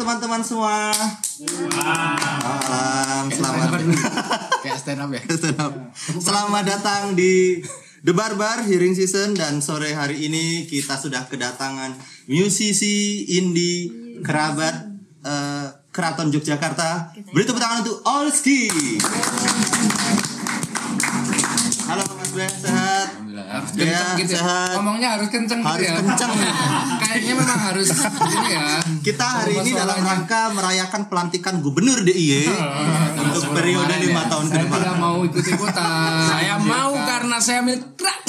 teman-teman semua. Malam, selamat. Kayak stand up ya. Selamat datang di The Barbar Hearing Season, dan sore hari ini kita sudah kedatangan musisi indie kerabat Keraton Yogyakarta. Beri tepuk tangan untuk Olski. Halo Mas Bre, sehat? Harus Ya, kenceng gitu. sehat. Ngomongnya harus kenceng Harus gitu ya. kenceng. Kayaknya memang harus ini ya. Kita hari ini dalam rangka merayakan pelantikan Gubernur DIY untuk periode 5 tahun ke Saya depan. tidak mau ikut-ikutan. Saya mau karena saya milik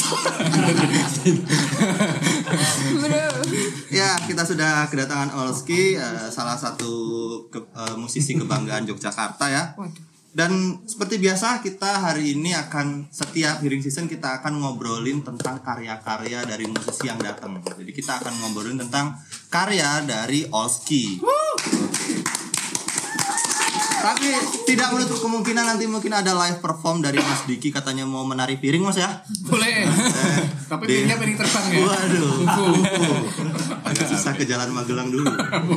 Ya, kita sudah kedatangan Olski, salah satu musisi kebanggaan Yogyakarta ya. Dan seperti biasa kita hari ini akan setiap hearing season kita akan ngobrolin tentang karya-karya dari musisi yang datang. Jadi kita akan ngobrolin tentang karya dari Olski. Tapi tidak menutup kemungkinan nanti mungkin ada live perform dari Mas Diki, katanya mau menari piring Mas ya. Boleh. Tapi piringnya piring terbang ya. Waduh. Agak susah ke Jalan Magelang dulu.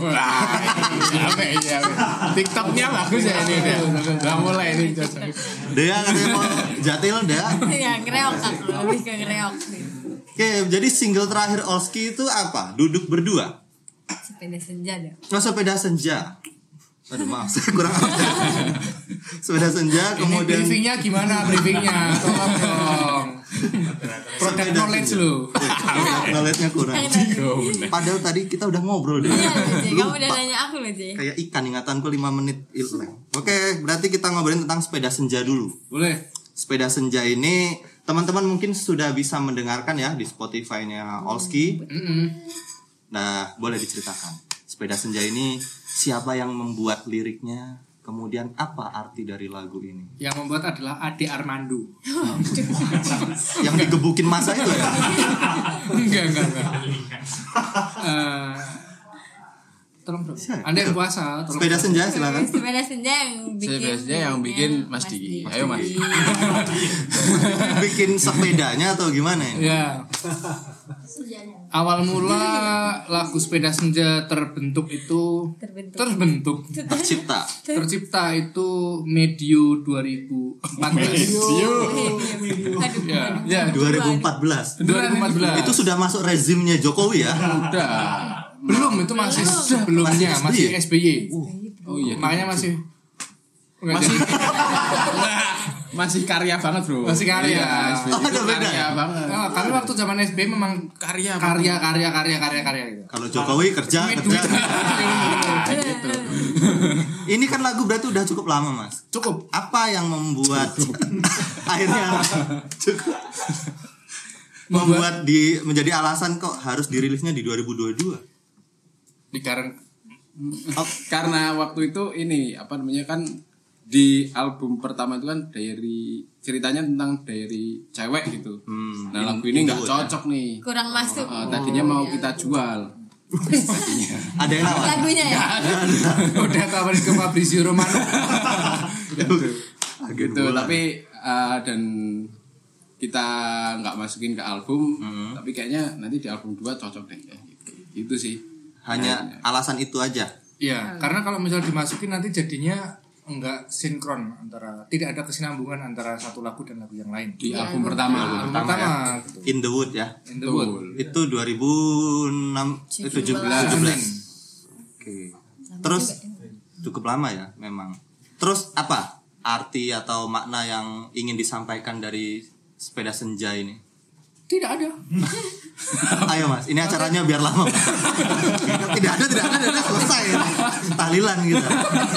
TikToknya bagus ya ini dia. Udah mulai ini. Dea katanya mau jatil Dea. Ya ngereok aku, lebih ke ngereok. Oke, jadi single terakhir Olski itu apa? Duduk berdua. Sepeda senja deh. Oh, sepeda senja. Aduh maaf, saya kurang sepeda senja, Ini kemudian briefingnya gimana briefingnya? Tolong dong. Product knowledge lu. knowledge-nya kurang. Padahal tadi kita udah ngobrol deh. Iya loh Jay, kamu udah Lupa. nanya aku loh Jay. Kayak ikan, ingatanku 5 menit hilang. Oke, berarti kita ngobrolin tentang sepeda senja dulu. Boleh. Sepeda senja ini teman-teman mungkin sudah bisa mendengarkan ya di Spotify-nya Olski. Nah, boleh diceritakan. Sepeda senja ini siapa yang membuat liriknya? Kemudian apa arti dari lagu ini? Yang membuat adalah Ade Armando. Yang digebukin masa itu ya? Enggak. Tolong dong. Anda yang puasa. Tolong. Sepeda senja silakan. Sepeda senja yang bikin Mas Diki. Ayo, Mas. Bikin sepedanya atau gimana ini? Ya. Awal mula lagu Sepeda Senja terbentuk tercipta itu medio 2014. Ya, 2014. 2014. Itu sudah masuk rezimnya Jokowi ya? Udah. Belum, itu masih sebelumnya, masih SBY. Oh iya. Makanya masih Masih karya banget, Bro. Masih karya. Iya, Oh, ada beda ya? banget. Nah, kami waktu zaman SBY memang karya gitu. Kalau Jokowi kerja. Gitu. Ini kan lagu berarti udah cukup lama, Mas. Cukup. Apa yang membuat akhirnya cukup membuat menjadi alasan kok harus dirilisnya di 2022? Karena waktu itu ini kan di album pertama itu kan ceritanya tentang diary cewek gitu. Nah, lagu ini nggak cocok nih. kurang masuk. Tadinya mau kita jual. Ada yang nawar? Lagunya ya. Udah tawarin ke Fabrizio Romano. Gitu, tapi dan kita nggak masukin ke album, tapi kayaknya nanti di album 2 cocok deh. Gitu sih. Hanya alasan itu aja. Iya, karena kalau misalnya dimasukin nanti jadinya enggak sinkron tidak ada kesinambungan antara satu lagu dan lagu yang lain. Di album pertama ya. Gitu. In the Wood ya. In the Wood. Itu 2017. Oke. Terus cukup lama ya memang. Terus apa arti atau makna yang ingin disampaikan dari Sepeda Senja ini? Tidak ada. Ayo Mas, ini acaranya biar lama. Tidak ada, selesai. Tahlilan gitu.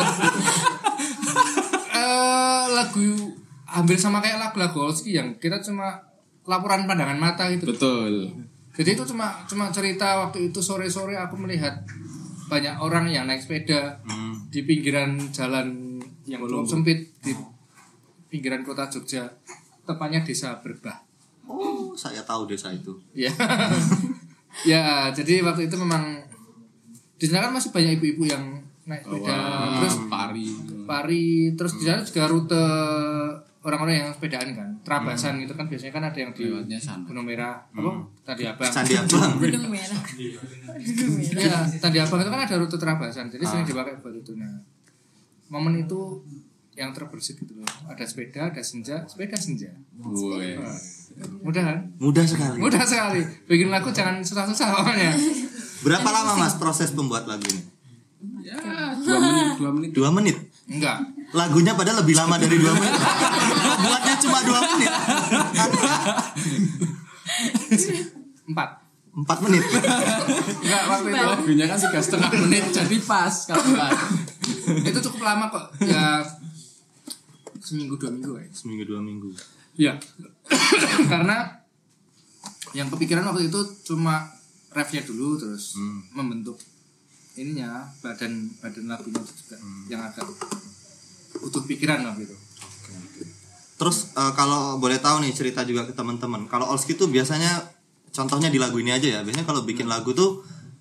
Lagu hampir sama kayak lagu-lagu Olski yang kita cuma laporan pandangan mata gitu. Betul. Jadi itu cuma cerita waktu itu sore-sore aku melihat banyak orang yang naik sepeda di pinggiran jalan yang cukup sempit di pinggiran kota Jogja, tepatnya Desa Berbah. Oh, saya tahu desa itu. Ya. Ya, jadi waktu itu memang di sana kan masih banyak ibu-ibu yang naik sepeda, terus pari, terus di sana juga rute orang-orang yang sepedaan kan, terabasan gitu kan biasanya kan ada yang di Lewatnya sana. Gunung Merah, apa? Tadi Abang. Candi Abang. Gunung merah. Gunung merah. Iya, Tadi Abang itu kan ada rute terabasan, jadi sering dipakai buat itu. Nah, momen itu yang terbersit gitu loh. Ada sepeda, ada senja, sepeda senja. Woi. Mudah kan? Mudah sekali. Mudah sekali. Bikin lagu jangan susah-susah pokoknya. Berapa lama Mas proses membuat lagu ini? Ya, 2 menit. 2 menit. Enggak. Lagunya padahal lebih lama dari 2 menit. Buatnya cuma 2 menit. 4 menit. Enggak, waktu itu lagunya kan 3,5 menit jadi pas kapan. Itu cukup lama kok. Ya seminggu 2 minggu ya. Seminggu 2 minggu. Iya. Karena yang kepikiran waktu itu cuma refnya dulu terus membentuk ininya badan lagunya juga yang agak butuh pikiran lah gitu. Terus kalau boleh tahu nih cerita juga ke teman-teman. Kalau Olski tuh biasanya contohnya di lagu ini aja ya. Biasanya kalau bikin lagu tuh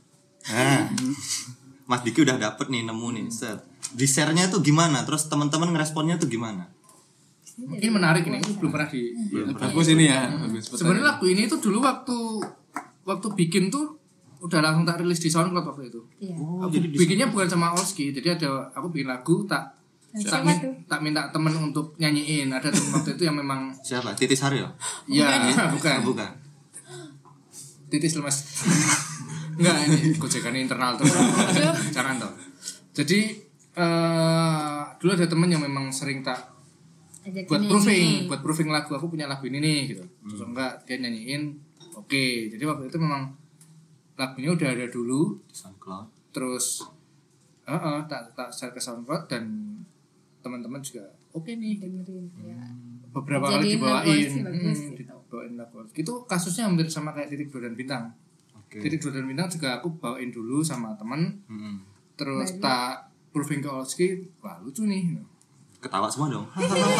Mas Diki udah dapet nih, nemu nih, set. Di share-nya tuh gimana? Terus teman-teman ngeresponnya tuh gimana? Mungkin menarik ini belum pernah di. Bagus ini ya. Bagus. Sebenarnya lagu ini tuh dulu waktu bikin tuh udah langsung tak rilis di SoundCloud waktu itu. Iya. Oh, Aku bikinnya bukan sama Olski, jadi aku bikin lagu tak minta temen untuk nyanyiin. Ada temen waktu itu yang memang siapa? Titis Haryo? ya bukan. Bukan. Titis lemas. Enggak, ini gojekan internal tuh. Jangan tau. Jadi dulu ada temen yang memang sering tak buat proofing lagu, aku punya lagu ini nih gitu. Terus enggak dia nyanyiin. Oke, jadi waktu itu memang lagunya udah ada dulu Di SoundCloud. terus tak share ke SoundCloud dan teman-teman juga oke nih Dengerin. Ya. beberapa kali Jadiin lagu dibawain Olski bagus gitu. dibawain lagu itu kasusnya hampir sama kayak Titik 2 dan Bintang. Oke. Titik 2 dan Bintang juga aku bawain dulu sama teman terus tak proofing ke Olski, wah lucu nih. Ketawa semua dong.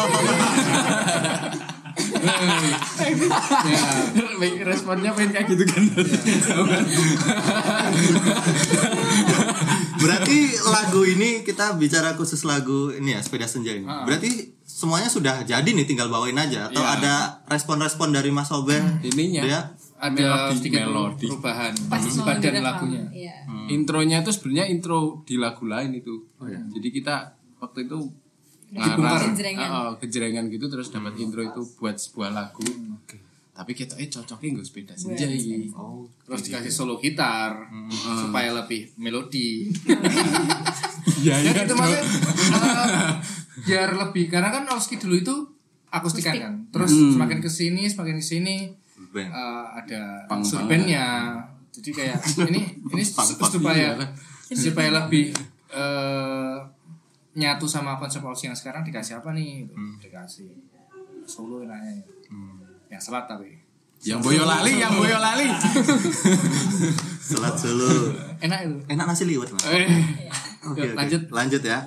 Ya, Responnya pengen kayak gitu kan. Berarti lagu ini kita bicara khusus lagu ini ya, Sepeda Senja ini. Berarti semuanya sudah jadi nih, tinggal bawain aja atau Iya. ada respon-respon dari Mas Oben? Ininya. Ya. ada sedikit melodi. perubahan Pas di mau badan direkam. lagunya. Iya. Intronya itu sebenarnya intro di lagu lain itu. Jadi kita waktu itu ngarang kejrengan gitu terus dapat intro itu buat sebuah lagu. Tapi kita cocoknya nggak sepeda senja ini. Terus dikasih solo gitar supaya lebih melodi. Iya Ya gitu maksudnya biar lebih karena kan Olski dulu itu akustikan kan. Terus semakin kesini Band. ada Punk unsur banget. bandnya. Jadi kayak ini Punk-punk supaya Iya, lebih nyatu sama konsep Olski yang sekarang dikasih apa nih? Gitu. Dikasih solo enaknya. Yang selat tapi Yang Boyolali. Selat Solo. enak itu. Enak nasi liwet, Mas. Oke, lanjut ya.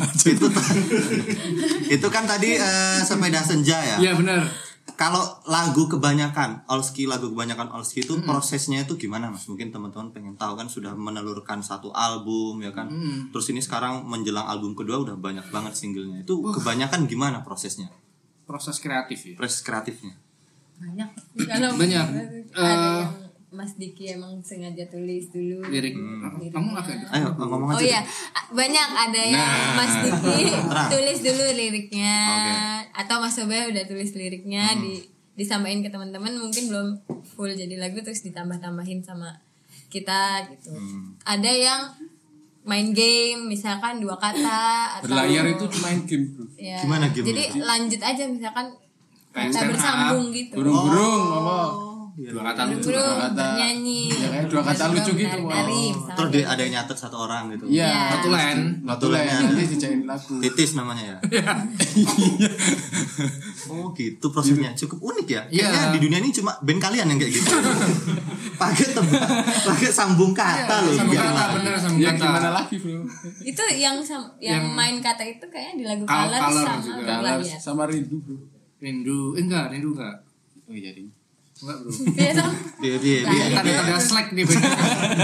Itu kan tadi Sepeda Senja ya. Iya benar. Kalau lagu kebanyakan Olski itu prosesnya itu gimana, Mas? Mungkin teman-teman pengen tahu kan, sudah menelurkan satu album ya kan. Terus ini sekarang menjelang album kedua udah banyak banget singlenya. Itu kebanyakan gimana prosesnya? Proses kreatif ya. Proses kreatifnya. Banyak. Kalau Banyak. ada yang Mas Diki emang sengaja tulis dulu Lirik. liriknya. Kamu agak Ayo ngomong Oh aja. iya, banyak ada yang Mas Diki tulis dulu liriknya, atau Mas Sobe udah tulis liriknya disampaikan ke teman-teman, mungkin belum full jadi lagu terus ditambah-tambahin sama kita gitu. Ada yang main game, misalkan 2 kata atau Berlayar itu main game, bro. ya, Gimana game-nya? jadi lanjut aja misalkan Kayak kata stand up. bersambung gitu. Burung-burung apa? Dua kata lucu. Burung kata- bernyanyi. Ya, kayak 2 kata lucu gitu. Dari, Terus ada yang nyatet satu orang gitu. Iya, Satu line. Notulen nanti dijadiin lagu. Titis namanya ya. Oh gitu prosesnya, cukup unik ya. Iya. Kayaknya di dunia ini cuma band kalian yang kayak gitu. pakai sambung kata loh. Sambung biar kata lagu. bener sambung Ya kata. gimana lagi, bro? Itu yang main kata itu kayaknya di lagu Color Color sama juga. Kalah Berlayar. sama rindu, bro. Rindu enggak. Oh iya, Ring. Enggak, Bro. Iya dong. Iya. Tanda-tanda slack nih band.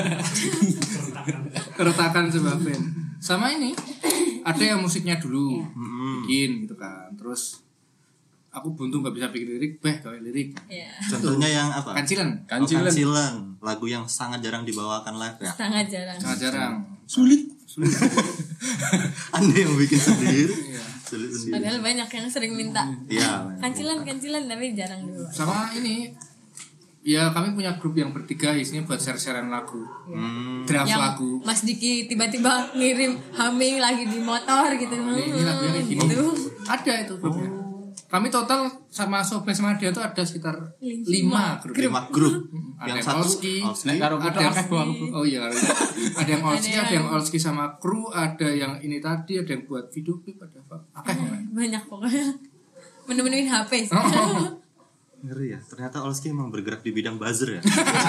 Keretakan sebuah band. Sama ini ada yang musiknya dulu bikin gitu kan. Terus aku buntu nggak bisa bikin lirik, gawe lirik. Iya. Contohnya yang apa? Kancilan. Kancilan. Lagu yang sangat jarang dibawakan live ya. Sangat jarang. Sulit. Anda yang bikin sendiri. Sulit sendiri. Padahal banyak yang sering minta. Iya. Kancilan tapi jarang dulu. Sama ini ya kami punya grup yang bertiga isinya buat share-sharean lagu. Draft Yang lagu. Mas Diki tiba-tiba ngirim humming lagi di motor gitu. Ini lagunya kayak gini. Gitu. Ada itu grupnya. Kami total sama Sobe sama dia tuh ada sekitar 5 grup. 5 grup. Ada Yang yang satu Olski, karo ada yang oh iya, ada yang Olski, ada yang Olski sama kru, ada yang ini tadi, ada yang buat video klip, ada apa? Banyak pokoknya. Menu-menuin HP. Ngeri ya. Ternyata Olski emang bergerak di bidang buzzer ya.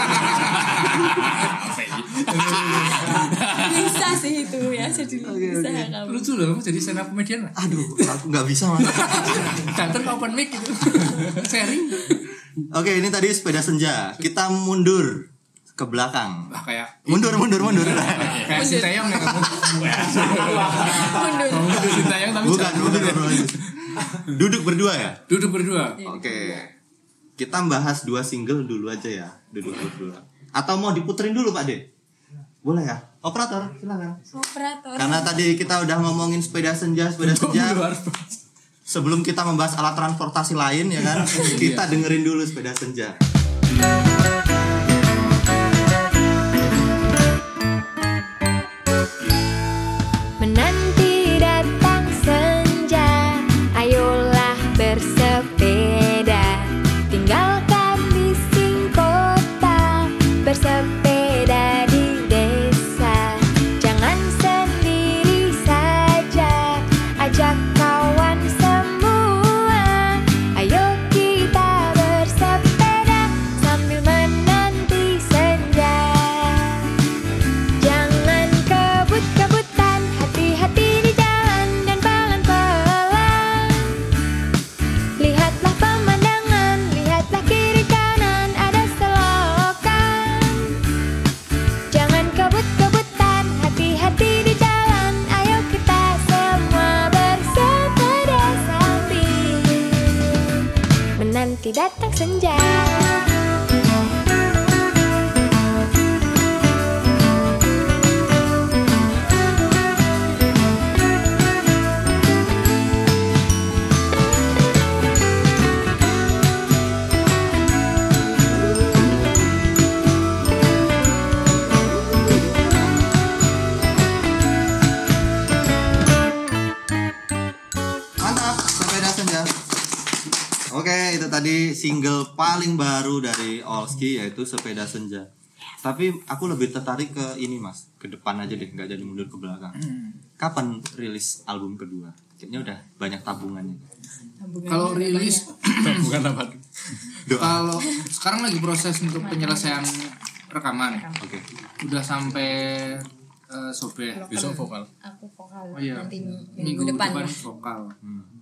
Bisa sih itu ya, jadi bisa kamu. Lucu loh, kamu jadi stand up comedian lah. Aduh, aku nggak bisa mas. Datang ke open mic gitu. Sharing. Oke, ini tadi sepeda senja. Kita mundur ke belakang. Wah kayak Mundur. kayak Sintayong ya kamu. Mundur. Sintayong tapi Bukan. Duduk berdua ya. Duduk berdua. Oke. Kita bahas 2 single dulu aja ya. Duduk berdua. Atau mau diputerin dulu Pak De? Boleh ya? Operator, silakan. Operator. Karena tadi kita udah ngomongin sepeda senja. Sebelum kita membahas alat transportasi lain ya kan, kita dengerin dulu sepeda senja. Menanti datang senja, ayolah bersepeda, tinggalkan bising kota, bersepeda di desa. Jangan sendiri saja, ajak kawan semua, ayo kita bersepeda sambil menanti senja. Jangan kebut-kebutan, hati-hati di jalan dan pelan-pelan. Lihatlah pemandangan, lihatlah kiri kanan, ada selokan. Jangan kebut-kebutan, hati-hati di jalan, ayo kita semua bersepeda sambil menanti datang senja. Mantap, sepeda senja. Oke, itu tadi single paling baru dari Olski yaitu Sepeda Senja. Tapi aku lebih tertarik ke ini mas, ke depan aja deh, nggak jadi mundur ke belakang. Kapan rilis album kedua? Kayaknya udah banyak tabungannya. Kalau rilis bukan apa. kalau sekarang lagi proses untuk penyelesaian rekaman. Oke. Udah sampai Sobe Besok vokal. Aku vokal. Oh iya. Nanti Minggu depan vokal.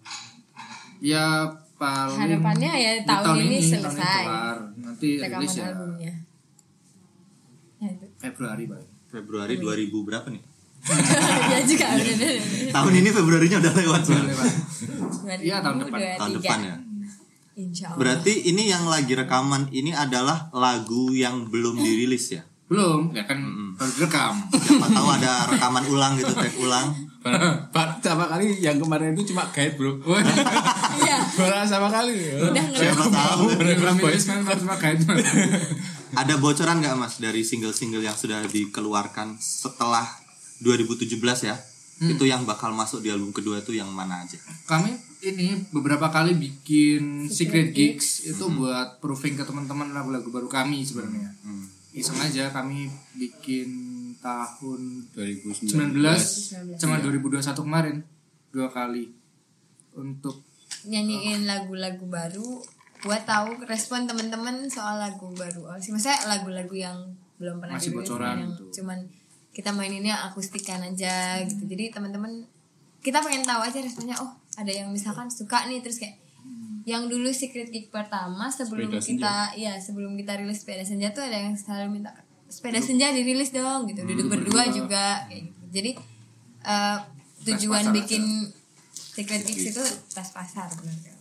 Ya paling Harapannya ya di tahun ini tahun selesai. kelar. Nanti Rekaman rilis ya albumnya. Ya itu. Februari Pak. Februari 2000 berapa nih? Ya juga benar. Tahun ini Februarinya udah lewat soalnya. Iya, tahun depan. Tahun depan ya. Insya Allah. Berarti ini yang lagi rekaman ini adalah lagu yang belum dirilis ya? Belum, ya kan baru direkam. Siapa tahu ada rekaman ulang gitu, take ulang. Pak sama kali yang kemarin itu cuma guide bro. Iya. Baru sama kali. Udah Siapa tahu. Direkam boys kan cuma kayak Ada bocoran nggak mas dari single-single yang sudah dikeluarkan setelah 2017 ya? Itu yang bakal masuk di album kedua itu yang mana aja? Kami ini beberapa kali bikin secret gigs itu buat proving ke teman-teman lagu-lagu baru kami sebenarnya. Iseng aja kami bikin tahun 2019 sama 2021 kemarin 2 kali untuk nyanyiin lagu-lagu baru buat tahu respon teman-teman soal lagu baru. Maksudnya lagu-lagu yang belum pernah masih dirilis, bocoran yang gitu. cuman kita maininnya akustikan aja gitu. Jadi teman-teman kita pengen tahu aja responnya. Oh, ada yang misalkan suka nih terus kayak yang dulu secret gig pertama sebelum sebelum kita rilis Sepeda Senja tuh ada yang selalu minta Sepeda Senja dirilis dong gitu. Duduk berdua juga kayak gitu. Jadi tujuan bikin secret gigs itu tes pasar benar.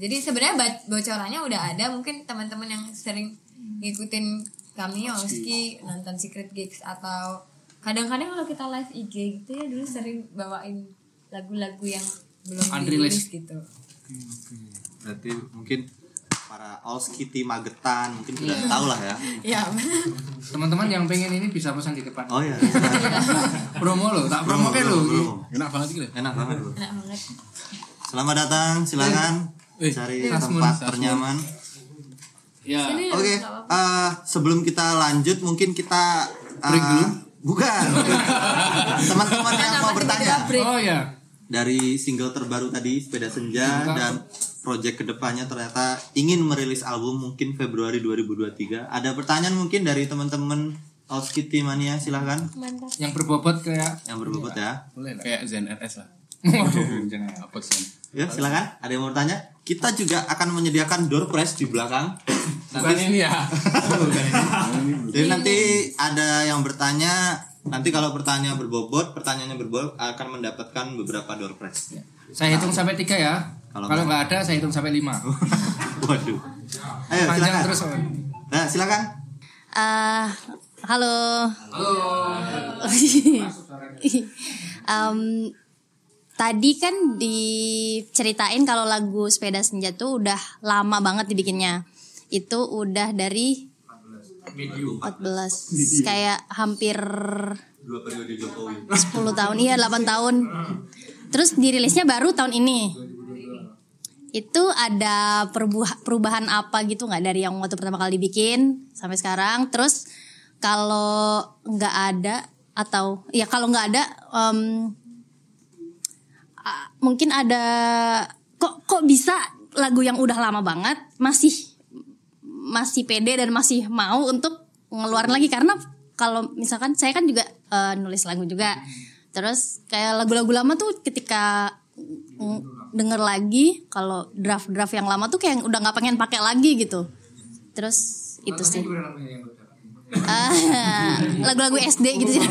Jadi sebenarnya bocorannya udah ada, mungkin teman-teman yang sering ngikutin kami Olski nonton Secret Gigs atau kadang-kadang kalau kita live IG gitu ya dulu sering bawain lagu-lagu yang belum dirilis gitu. Berarti mungkin para Olski tim Magetan mungkin sudah tahu lah ya. Iya. Teman-teman yang pengen ini bisa pesan di depan. Oh iya. Promo lo, tak promo kan lo. Enak banget gitu. Enak banget loh. Enak banget. Selamat datang, silakan cari tempat ternyaman. Ya. Oke, sebelum kita lanjut mungkin kita break dulu. Bukan. Teman-teman yang mau bertanya. Oh ya. Dari single terbaru tadi Sepeda Senja dan project kedepannya ternyata ingin merilis album mungkin Februari 2023. Ada pertanyaan mungkin dari teman-teman Olski Mania, silahkan. Mantap. Yang berbobot kayak Yang berbobot ya. boleh lah. Kayak Zen RS lah. Waduh, jangan. Apa Zen? Ya silakan. Ada yang mau bertanya? Kita juga akan menyediakan door prize di belakang. Bukan ini ya. Jadi nanti ada yang bertanya. Nanti kalau pertanyaannya berbobot akan mendapatkan beberapa door prize. Saya hitung sampai 3 ya. Kalau Kalau nggak ada saya hitung sampai 5. Waduh. Ayo Panjang silakan. terus. Nah, silakan. Halo. Tadi kan diceritain kalau lagu Sepeda Senja tuh udah lama banget dibikinnya. Itu udah dari 14 kayak hampir 2 periode Jokowi. 10 tahun, iya 8 tahun. Terus dirilisnya baru tahun ini. Itu ada perubahan apa gitu nggak dari yang waktu pertama kali dibikin sampai sekarang? Terus kalau nggak ada atau ya kalau nggak ada mungkin ada kok bisa lagu yang udah lama banget masih pede dan masih mau untuk ngeluarin lagi, karena kalau misalkan saya kan juga nulis lagu juga. Terus kayak lagu-lagu lama tuh ketika denger lagi kalau draft yang lama tuh kayak udah nggak pengen pakai lagi gitu. Terus itu sih lagu-lagu SD gitu sih.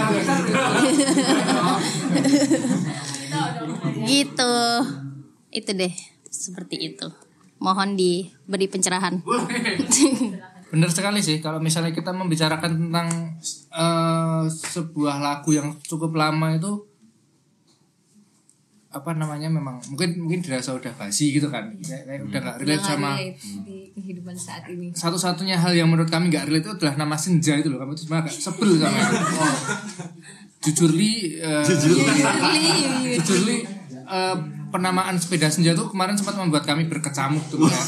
Gitu. Itu deh, seperti itu. Mohon diberi pencerahan. Bener sekali sih kalau misalnya kita membicarakan tentang sebuah lagu yang cukup lama itu apa namanya, memang mungkin dirasa udah basi gitu kan, kayak udah nggak relate sama di kehidupan saat ini. Satu-satunya hal yang menurut kami nggak relate itu adalah nama Senja itu loh. Kami itu sebenarnya agak sebel sama Jujurly penamaan Sepeda Senja tuh kemarin sempat membuat kami berkecamuk tuh kayak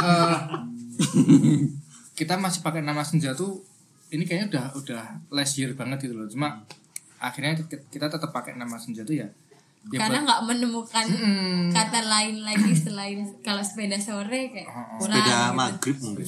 kita masih pakai nama Senja tuh ini kayaknya udah last year banget gitu loh. Cuma akhirnya kita tetap pakai nama Senja tuh ya karena nggak menemukan kata lain lagi selain kalau sepeda sore kayak kurang Sepeda gitu. maghrib mungkin.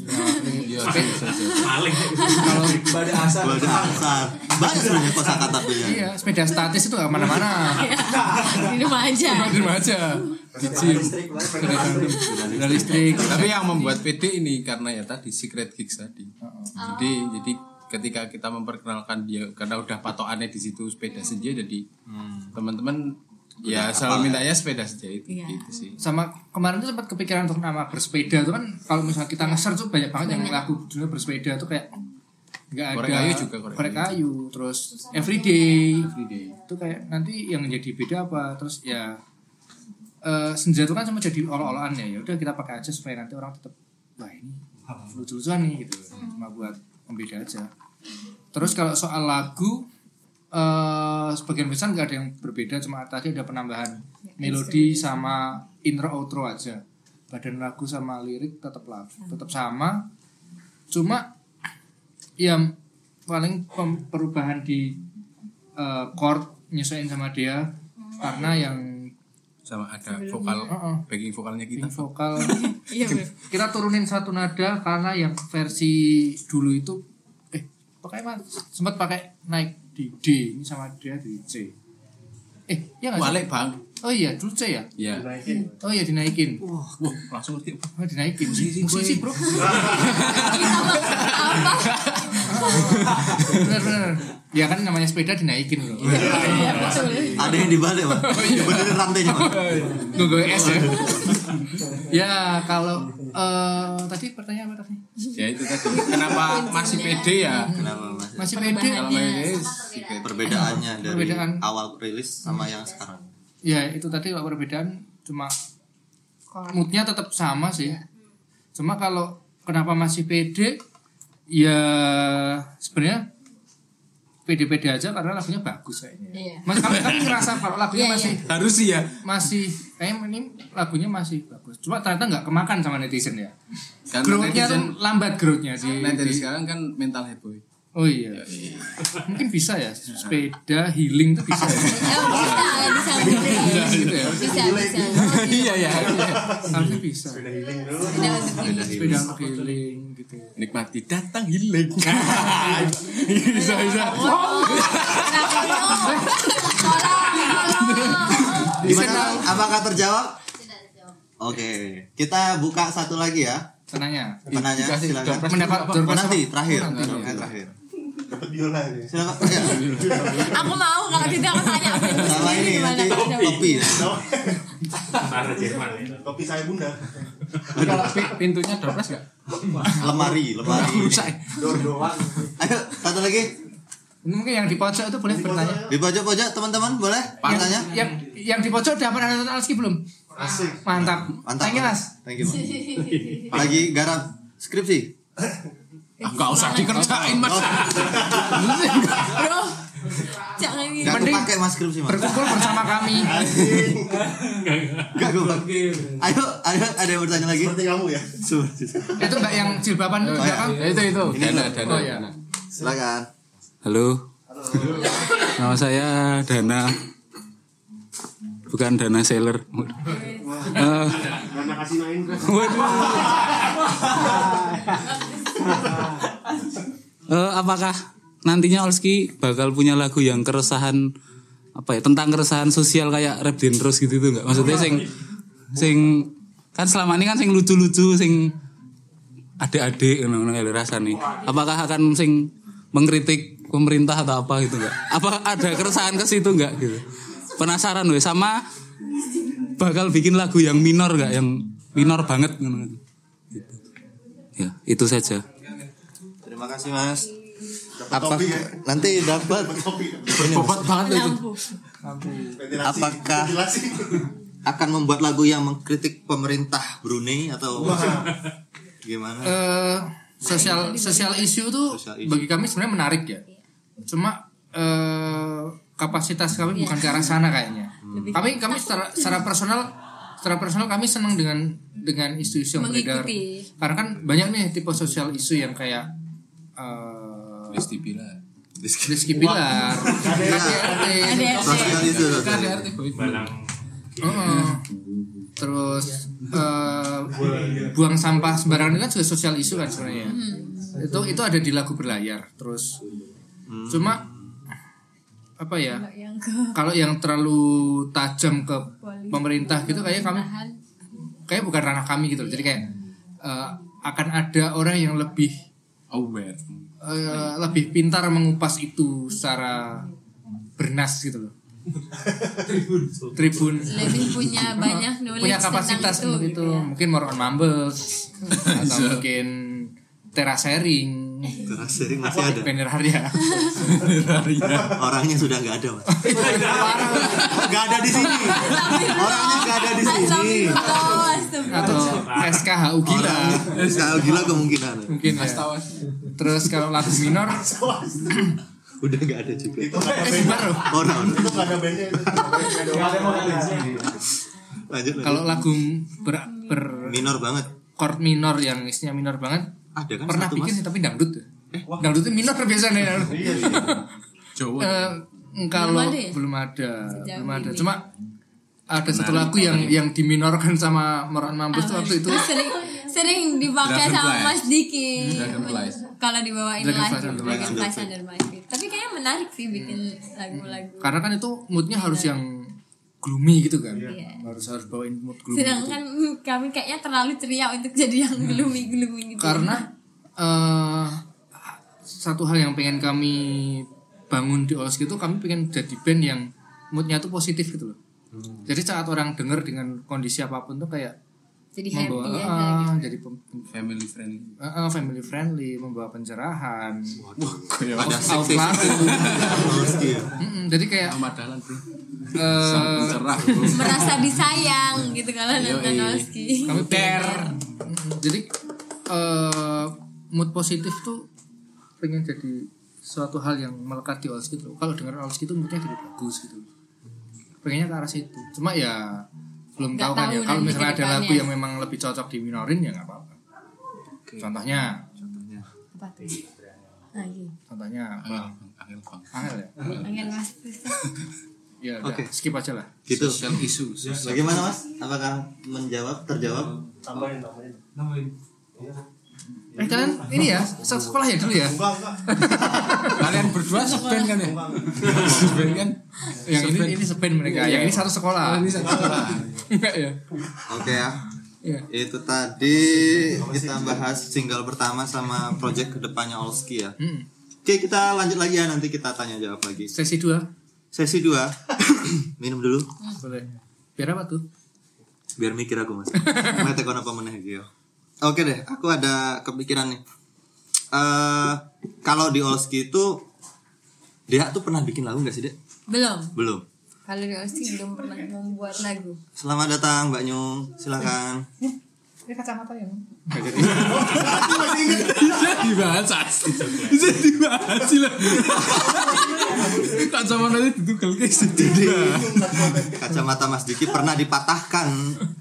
kalau Bada asar. Banyak sebenarnya kosakata tuh ya. iya sepeda statis itu nggak mana-mana. Di rumah aja. Di rumah aja. Di gym. Sepeda listrik. Tapi yang membuat PD ini karena ya tadi Secret Gigs tadi. Jadi ketika kita memperkenalkan dia karena udah patokannya di situ Sepeda Senja, jadi teman-teman ya selalu mintanya Sepeda Senja itu gitu sih. Sama kemarin tuh sempat kepikiran untuk nama bersepeda tuh kan, kalau misalnya kita nge-search tuh banyak banget yang lagu judulnya bersepeda tuh kayak nggak ada. Korek kayu juga korek kayu, terus everyday itu kayak nanti yang jadi beda apa, terus ya Senja itu kan sama jadi olo-oloan ya udah kita pakai aja supaya nanti orang tetap wah ini lucu-lucuan nih gitu, cuma buat pembeda aja. Terus kalau soal lagu sebagian besar nggak ada yang berbeda, cuma tadi ada penambahan melodi sama intro outro aja. Badan lagu sama lirik tetap sama, cuma ya paling perubahan di chord nyesuaiin sama dia karena yang sama ada vokal backing vokalnya kita. Vokal kita turunin satu nada karena yang versi dulu itu sempat pakai naik di D, ini sama dia di C. Ya nggak sih? Balik bang. Oh iya, Dulce ya? Iya. Oh iya dinaikin. Wah, langsung ngerti. Oh dinaikin. Musisi bro. Apa? Bener. Ya kan namanya sepeda dinaikin bro. Iya betul. Ada yang dibalik, Pak. Benerin rantainya, Pak. Nunggu es ya. Ya kalau tadi pertanyaan apa tadi? Ya itu tadi. Kenapa masih pede ya? Kenapa Masih Mas? pede. Kalau pede Perbedaannya dari Perbedaan. awal rilis sama yang sekarang. Ya itu tadi Pak, perbedaan cuma moodnya tetap sama sih. Cuma kalau kenapa masih pede? Ya sebenarnya pede-pede aja karena lagunya bagus kayaknya. Iya. Mas kami ngerasa kalau lagunya Iya, masih harus sih ya. masih kayak ini lagunya masih bagus. Cuma ternyata nggak kemakan sama netizen ya. Kan Growth-nya netizen- tuh lambat growth-nya di. Dari sekarang kan mental heboh. Oh iya. Mungkin bisa ya sepeda healing tuh bisa ya. Bisa Gitu ya. bisa. Iya ya. Harusnya bisa. Sepeda untuk ini. Sepeda untuk healing gitu. Nikmati datang healing. Bisa. Gimana? Apakah terjawab? Oke, kita buka satu lagi ya. Penanya. Penanya silakan. Mendapat Oh, nanti terakhir. nanti. Terakhir. Dapat biola nih. Silakan. Ya. Aku mau kalau gitu aku tanya Sama ini nanti topi. Bahasa Jerman ya. Topi saya bunda. Kalau pintunya dopres gak? Lemari. Rusak. Dor doang. Ayo, satu lagi. Ini mungkin yang di pojok itu boleh bertanya. Di pojok-pojok teman-teman boleh bertanya? Yang di pojok udah pernah nonton Alski belum? Asik. Mantap. Mantap. Thank you Mas. Thank you. Mas. Lagi garap skripsi. Enggak usah dikerjain mas. Bro, jangan gitu. Gak Mending pakai mas skripsi mas. Berkumpul bersama kami. Gak gue pakai. Ayo, ada yang bertanya lagi? Seperti kamu ya. Itu enggak yang jilbaban itu enggak kan? Itu. Ini Dana. Oh iya. Silakan. Halo. Nama saya Dana. Bukan Dana Sailor. Karena kasih main. Apakah nantinya Olski bakal punya lagu yang keresahan apa ya, tentang keresahan sosial kayak Rap Din Rose gitu tuh enggak? Maksudnya sing kan selama ini kan sing lucu-lucu sing adik-adik ngono lho rasane. Apakah akan sing mengkritik pemerintah atau apa gitu enggak? Apa ada keresahan ke situ enggak gitu? Penasaran loh, sama bakal bikin lagu yang minor enggak, yang minor banget gitu. Ya, itu saja. Terima kasih mas. Apa nanti dapat Bobot banget itu. apakah akan membuat lagu yang mengkritik pemerintah Brunei atau gimana? Sosial isu tuh Sosial issue. bagi kami sebenarnya menarik ya. Cuma kapasitas kami bukan ke arah sana kayaknya. Kami secara personal kami senang dengan isu-isu yang beredar. Mengikuti. Karena kan banyak nih tipe sosial isu yang kayak Rizky Bilar. Rizky Bilar, KDRT, Sosial itu. KDRT terus buang sampah sembarangan itu kan juga sosial isu kan sebenarnya. Itu ada di lagu Berlayar. Terus cuma apa ya? Kalau yang terlalu tajam ke pemerintah gitu kayak kami kayak bukan ranah kami gitu loh. Jadi kayak akan ada orang yang lebih Aware. lebih pintar mengupas itu secara bernas gitu loh. Tribun Lebih punya banyak knowledge punya kapasitas tentang untuk itu. gitu ya. Mungkin more on Mumbles atau mungkin terasering. Terasering masih ada. Penerharia. Orangnya sudah nggak ada mas. Nggak ada di sini. Orangnya nggak ada di sini. Atau SKHU gila. Kalau gila kemungkinan. Mungkin ya. Terus kalau lagu minor Udah nggak ada juga. Itu nggak ada bandnya. bubar loh. Orang. Itu nggak ada bandnya itu. Lanjut. Kalau lagu Minor banget. chord minor yang isinya minor banget Ada kan pernah satu, bikin Mas? sih tapi dangdut. Dangdut itu minor biasanya. Jawa. Kalau belum ada. Cuma ada satu lagu yang diminorkan sama Moran Mambus tuh waktu itu. Sering dipakai sama Dragonfly. Mas Diki. Dragonfly. Kalau dibawain Dragonfly live, Under Dragonfly Under My Feet. Tapi kayaknya menarik sih bikin lagu-lagu. Karena kan itu moodnya harus yang gloomy gitu kan. Iya. Harus bawain mood gloomy. Sedangkan kami kayaknya terlalu ceria untuk jadi yang gloomy gitu. Karena satu hal yang pengen kami bangun di Olski itu, kami pengen jadi band yang moodnya tuh positif gitu loh. Jadi saat orang denger dengan kondisi apapun tuh kayak jadi happy membawa, aja gitu. jadi family friendly. family friendly, membawa pencerahan. Ada seksis. Jadi kayak Ahmad Dahlan bro. cerah. Merasa disayang gitu kalau nonton Olski. Kami care. Jadi mood positif tuh pengen jadi suatu hal yang melekat di Olski tuh. Kalau dengar Olski tuh moodnya jadi bagus gitu. Pengennya ke arah situ. Cuma ya belum Nggak tahu kan ya. tahu Kalau nanti misalnya ada kedepannya. lagu yang memang lebih cocok di minorin ya nggak apa-apa. Contohnya Apa tuh? Lagi. Contohnya Angel Bang. Angel ya. Angin Mas. Ya udah, Oke. skip aja lah. Gitu. Social issue. Bagaimana Mas? Apakah terjawab? Tambahin. Kalian ini ya, sekolah ya dulu ya. Kalian berdua seband kan ya? Seband kan? Yang ini seband mereka, yang ini satu sekolah. Ini satu sekolah. Enggak ya? Oke ya. Iya. Itu tadi kita bahas single pertama sama project kedepannya Olski ya. Oke, kita lanjut lagi ya, nanti kita tanya jawab lagi. Sesi 2. Sesi 2. Minum dulu Boleh. Biar apa tuh? biar mikir aku Mas. Mete kono apa meneh iki yo. Oke deh, aku ada kepikiran nih. Kalau di Olski itu dia tuh pernah bikin lagu gak sih, Dek? Belum. Kalau di Olski belum pernah membuat lagu. Selamat datang Mbak Nyung, silakan. Ini kacamata ya. Dibahas asli. Bisa dibahas sih lah. Kacamata itu ditugal guys. Kacamata Mas Diki pernah dipatahkan.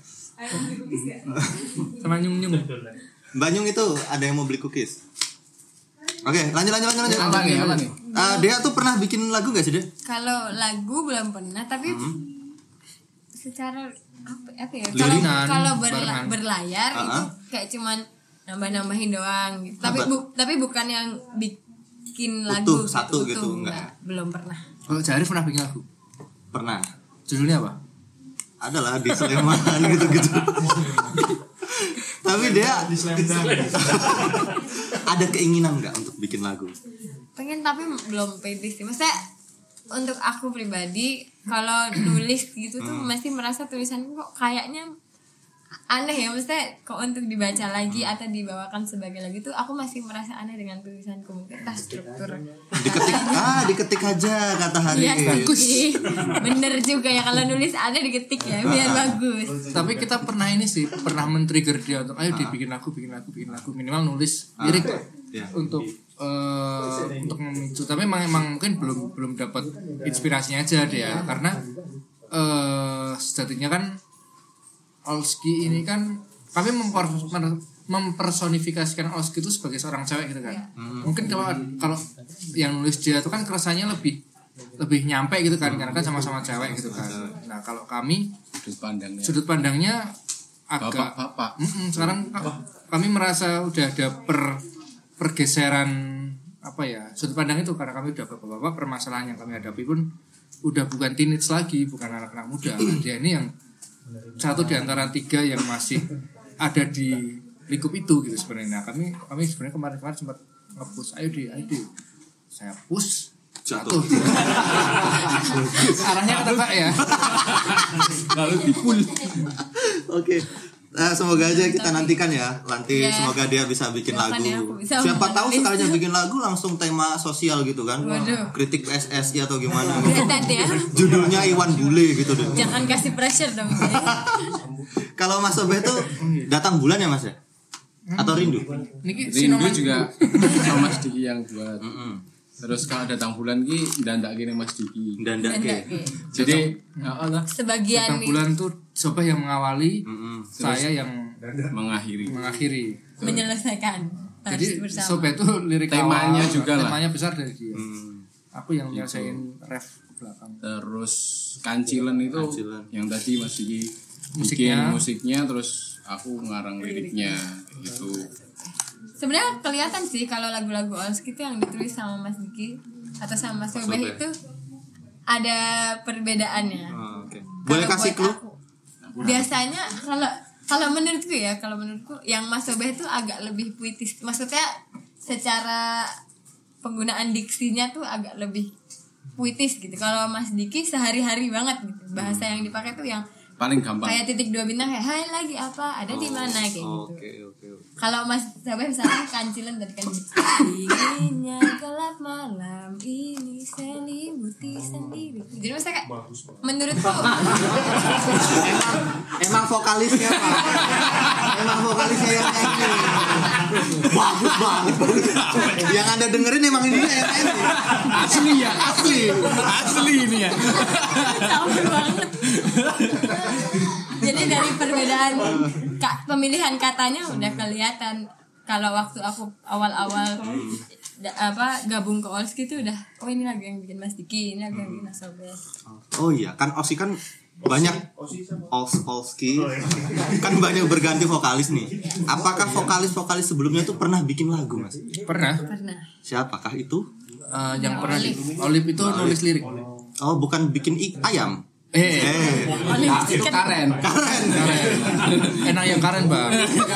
Sama nyung-nyung. Mbak Nyung itu ada yang mau beli cookies. Oke, lanjut. Apa nih? Dia tuh pernah bikin lagu gak sih, Dek? Kalau lagu belum pernah, tapi secara apa ya? Lirinan, Kalau barengan. berlayar itu kayak cuman nambah-nambahin doang gitu. Tapi bukan yang bikin lagu satu gitu, enggak. Belum pernah. Kalau Jarif pernah bikin lagu? Pernah. Judulnya apa? Adalah di Sleman gitu-gitu. Tapi dia ada keinginan nggak untuk bikin lagu? Pengen tapi belum pede sih. Maksudnya untuk aku pribadi kalau nulis gitu tuh masih merasa tulisan kok kayaknya aneh ya. Maksudnya kok untuk dibaca lagi atau dibawakan sebagai lagu tuh aku masih merasa aneh dengan tulisanku. Mungkin entah struktur. Diketik aja kata Hari. Iya sih. Bener juga ya kalau nulis ada diketik ya biar bagus. Tapi kita pernah pernah men-trigger dia untuk ayo dibikin lagu, minimal nulis lirik untuk memicu. Tapi emang mungkin belum dapat inspirasinya aja dia karena sejatinya kan Olski ini kan kami mempersonifikasikan Olski itu sebagai seorang cewek gitu kan. Mungkin kalau yang nulis dia itu kan keresahannya lebih nyampe gitu kan karena kan sama-sama cewek gitu kan. Nah, kalau kami sudut pandangnya agak bapak. Sekarang kami merasa udah ada pergeseran apa ya sudut pandang itu karena kami udah bapak-bapak, permasalahan yang kami hadapi pun udah bukan teenage lagi, bukan anak-anak muda. Dia ini yang satu di antara tiga yang masih ada di lingkup itu gitu sebenarnya. Nah, kami sebenarnya kemarin sempat nge-push ayo di saya push jatuh. Arahnya ketebak ya. Lalu dipul. Oke. Semoga aja kita nantikan ya. Nanti semoga dia bisa bikin lagu. Siapa tahu sekalinya bikin lagu langsung tema sosial gitu kan. Kritik PSSI atau gimana gitu. Ya. Judulnya Iwan Bule gitu deh. Jangan kasih pressure dong. Kalau Mas Sobe tuh datang bulan ya Mas ya? Atau rindu? Rindu juga sama Mas Diki yang buat. Terus kalau datang bulan ki ndandak kene Mas Diki. Dandake. Jadi Allah sebagian datang bulan tuh Sobe yang mengawali, saya yang mengakhiri. menyelesaikan. Jadi bersama. Sobe tuh lirik Temanya awal, juga lah. temanya besar dari dia. Aku yang nyelesain ref belakang. Terus Kancilen itu yang tadi Mas Diki Musiknya. musiknya terus aku ngarang liriknya itu. Sebenarnya kelihatan sih kalau lagu-lagu Olski itu yang ditulis sama Mas Diki atau sama Mas Sobeh itu ada perbedaannya. Oke. Boleh Kalau kasih buat clue? aku, biasanya kalau menurutku yang Mas Sobeh itu agak lebih puitis. Maksudnya secara penggunaan diksinya tuh agak lebih puitis gitu. Kalau Mas Diki sehari-hari banget gitu. Bahasa yang dipakai tuh yang Paling gampang. kayak titik 2 bintang kayak hai lagi apa ada di mana kayak gitu. Oke. Kalau Mas Sobeh misalnya kancilan tadi kan dinginnya gelap malam ini selimuti sendiri. Jadi maksudnya kayak menurutku Emang vokalisnya Pak. Emang vokalisnya yang nyanyi. Bagus banget. Yang Anda dengerin emang ini yang nyanyi. Asli ya, asli ini ya. campur banget. Jadi dari perbedaan pemilihan katanya udah kelihatan. Kalau waktu aku awal-awal gabung ke Olski tuh udah ini lagu yang bikin Mas Diki, ini lagu yang bikin Mas Sobeh. Oh iya, kan Olski kan banyak Olski kan banyak berganti vokalis nih. Apakah vokalis sebelumnya tuh pernah bikin lagu, Mas? Pernah. Siapakah itu? Yang pernah Olip itu nulis lirik. Oh, bukan bikin ayam. Itu karen. Enak yang karen, Bang.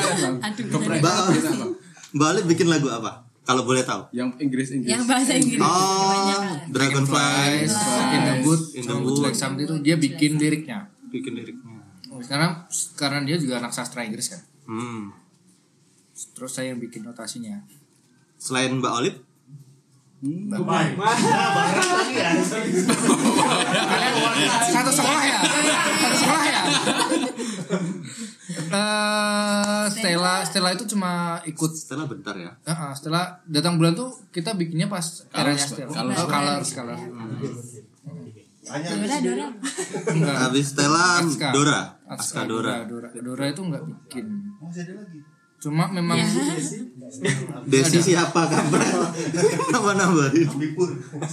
Mbak Olip bikin lagu apa? Kalau boleh tahu. Yang Inggris. Yang bahasa Inggris. Oh, Dragonfly, In the Wood, In the Wood. Like Something itu dia bikin liriknya. Bikin liriknya. Karena dia juga anak sastra Inggris kan. Terus saya yang bikin notasinya. Selain Mbak Olip, Satu sekolah ya. Stella itu cuma ikut. Stella bentar ya. Stella datang bulan tuh kita bikinnya pas eranya Stella. Colors. Dora. Habis Stella, Aska. Aska Dora. Dora itu nggak bikin. Cuma memang Desi siapa kampret? Apa nambahin? Ambipur.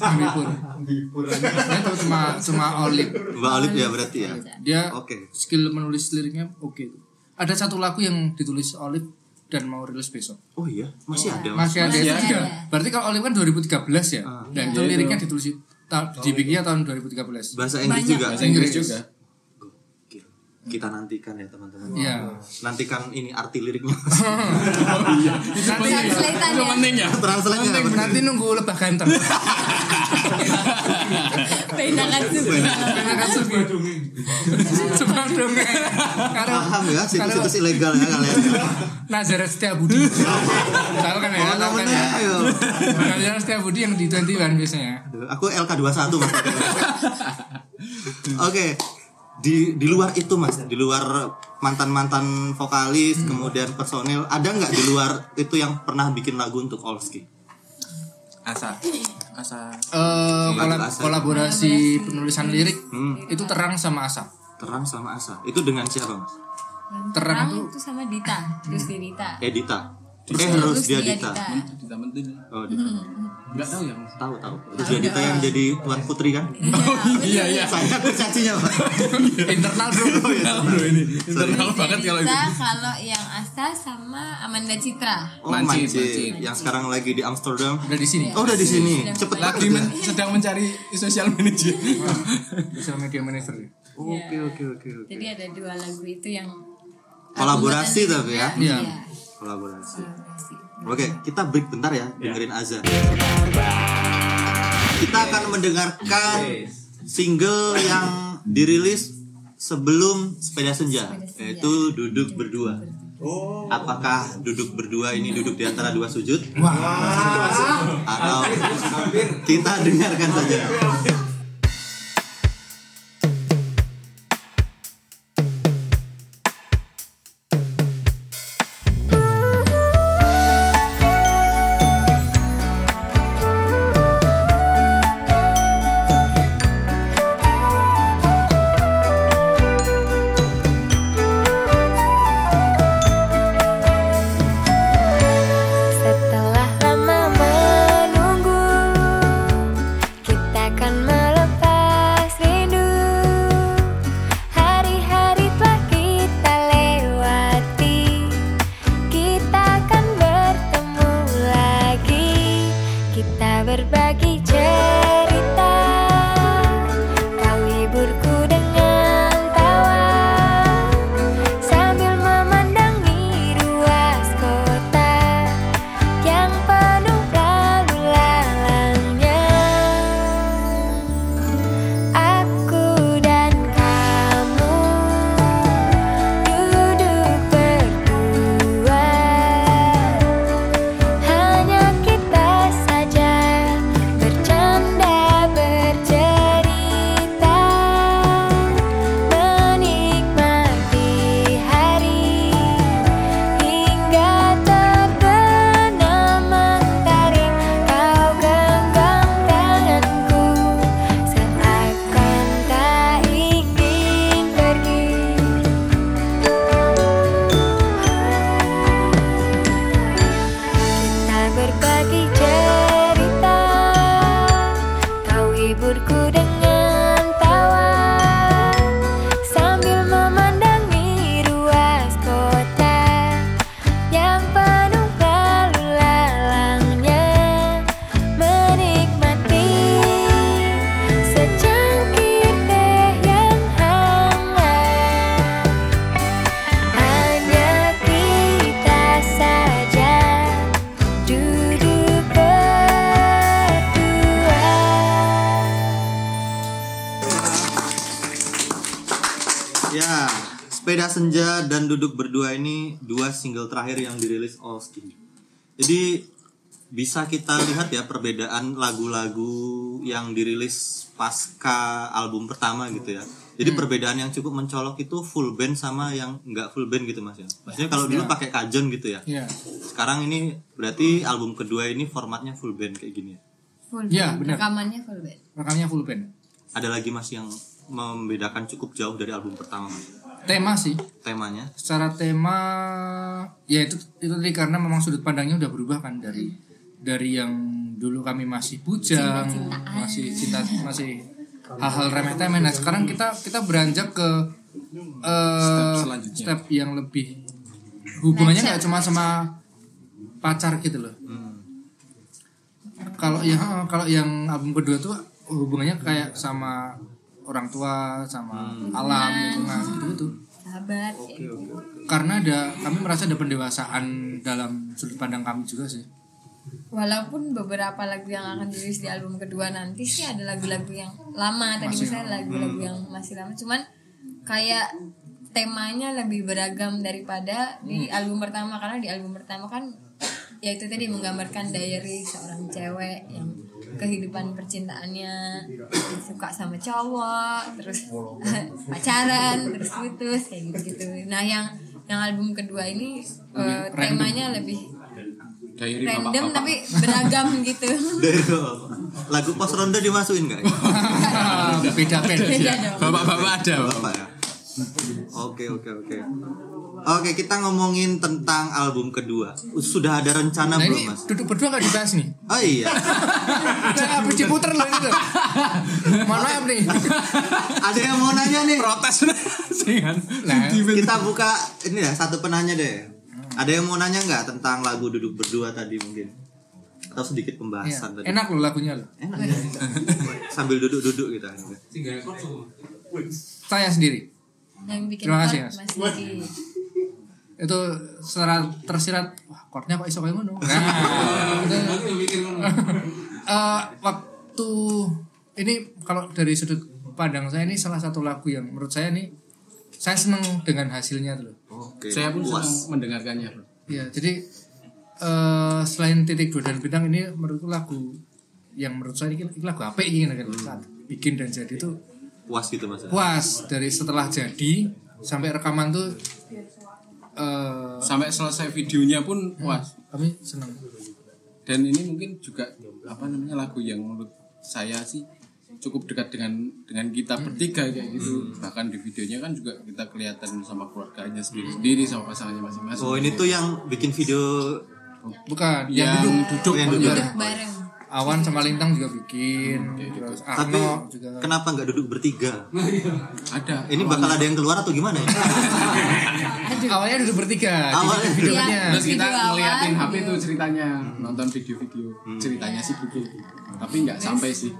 Itu cuma Olip. Mbak Olip ya berarti ya. Dia Oke. skill menulis liriknya oke. Ada satu lagu yang ditulis Olip dan mau rilis besok. Oh iya, masih ada. Mas. Masih ada. Berarti kalau Olip kan 2013 ya. Dan itu liriknya ditulis dibikinnya tahun 2013. Bahasa Inggris juga. Bahasa Inggris juga. Kita nantikan ya teman-teman. Iya. Nantikan ini arti liriknya. Itu penting ya. Translate-nya. Nanti nunggu lebah ganteng. Penakan suku. Cuma dongeng. Paham ya, situs-situs ilegal ya kalian. Nazaret Setiabudi. Tahu kan ya? Tahu kan ya? Ayo. Nazaret Setiabudi yang di 21 biasanya. Aku LK21 Mas. Oke. Di luar itu Mas, di luar mantan vokalis, kemudian personil, ada nggak di luar itu yang pernah bikin lagu untuk Olski? Asa. Kolaborasi penulisan lirik itu Terang sama Asa. Terang sama Asa. Itu dengan siapa Mas? Terang itu sama Dita, terus Dita. Dita. Terus dia dia Dita. Dita Mentin. Oh, Dita. Enggak tahu ya. Tahu. Terus dia Dita yang jadi Tuan Putri kan? Iya. Saya kurcacinya Pak. Internal bro. Internal banget kalau itu. Dita, kalau yang Asa sama Amanda Citra. Oh, Mancit. yang sekarang lagi di Amsterdam. Udah di sini. Oh, udah di sini. Cepet Lagi banget. sedang mencari social manager. Social media manager. Oke. Jadi ada 2 lagu itu yang Kolaborasi tapi ya. Iya. Kolaborasi. Oke, kita break bentar ya, dengerin Azza. Kita akan mendengarkan single yang dirilis sebelum Sepeda Senja, yaitu Duduk Berdua. Apakah duduk berdua ini duduk di antara 2 sujud? Atau kita dengarkan saja. Setelah lama menunggu, kita akan Ya, Sepeda Senja dan Duduk Berdua ini 2 single terakhir yang dirilis Olski. Jadi bisa kita lihat ya perbedaan lagu-lagu yang dirilis pasca album pertama gitu ya. Jadi perbedaan yang cukup mencolok itu full band sama yang enggak full band gitu Mas ya. Maksudnya kalau dulu pakai kajon gitu ya. Iya. Sekarang ini berarti album kedua ini formatnya full band kayak gini ya. Full Iya, band. benar. Rekamannya full band. Rekamnya full band. Ada lagi Mas yang membedakan cukup jauh dari album pertama Mas. Tema sih. Temanya Secara tema ya itu tadi karena memang sudut pandangnya udah berubah kan dari yang dulu kami masih bujang, masih cinta, masih hal-hal remeh-temeh. Nah, sekarang kita beranjak ke step yang lebih hubungannya nggak cuma sama pacar gitu loh. Kalau yang album kedua tuh hubungannya kayak sama orang tua, sama alam, lingkungan gitu. Sahabat. Karena kami merasa ada pendewasaan dalam sudut pandang kami juga sih. Walaupun beberapa lagu yang akan dirilis di album kedua nanti sih ada lagu-lagu yang lama tadi misalnya lagu-lagu yang masih lama, cuman kayak temanya lebih beragam daripada di album pertama, karena di album pertama kan ya itu tadi menggambarkan diary seorang cewek yang kehidupan percintaannya suka sama cowok, terus pacaran, terus putus kayak gitu. Nah yang album kedua ini temanya lebih Diary random bapak-bapak. tapi beragam gitu. lagu pos ronde dimasukin nggak? Beda-beda. Bapak-bapak ada. Bapak ya. Oke. Oke, kita ngomongin tentang album kedua. Sudah ada rencana Nah belum ini Mas? Duduk Berdua nggak dibahas nih. Oh iya. Saya habis diputer loh ini tuh. Mohon maaf nih. Ada yang mau nanya nih. Protes. Nah, Kita buka ini ya satu penanya deh. Ada yang mau nanya nggak tentang lagu Duduk Berdua tadi mungkin? Atau sedikit pembahasan tadi? enak loh lagunya loh. Enak ya. Sambil duduk-duduk kita. Saya sendiri. Yang bikin Terima kasih, chord, Mas. Mas Diki. Itu secara tersirat, wah chordnya kok iso kayak ngono. Nah, waktu ini kalau dari sudut pandang saya ini salah satu lagu yang menurut saya nih saya seneng dengan hasilnya tuh. Oke. Saya pun puas. senang mendengarkannya. Iya, jadi selain Titik Dua dan Bintang ini menurutku lagu yang menurut saya ini lagu apik ini kan saat bikin dan jadi itu Puas gitu Mas. puas dari setelah jadi sampai rekaman tuh Sampai selesai videonya pun puas. kami senang. Dan ini mungkin juga lagu yang menurut saya sih cukup dekat dengan kita bertiga kayak gitu. Bahkan di videonya kan juga kita kelihatan sama keluarganya sendiri sama pasangannya masing-masing. Oh, ini tuh yang bikin video Bukan, yang duduk Bareng. Awan sama Lintang juga bikin, terus Tapi Arno juga. kenapa nggak duduk bertiga? ada. Ini bakal ada yang keluar atau gimana ya? Awalnya duduk bertiga Awalnya di videonya. Iya. Terus kita Video ngeliatin awal, HP video. tuh ceritanya, nonton video-video ceritanya sih gitu. Tapi nggak sampai sih.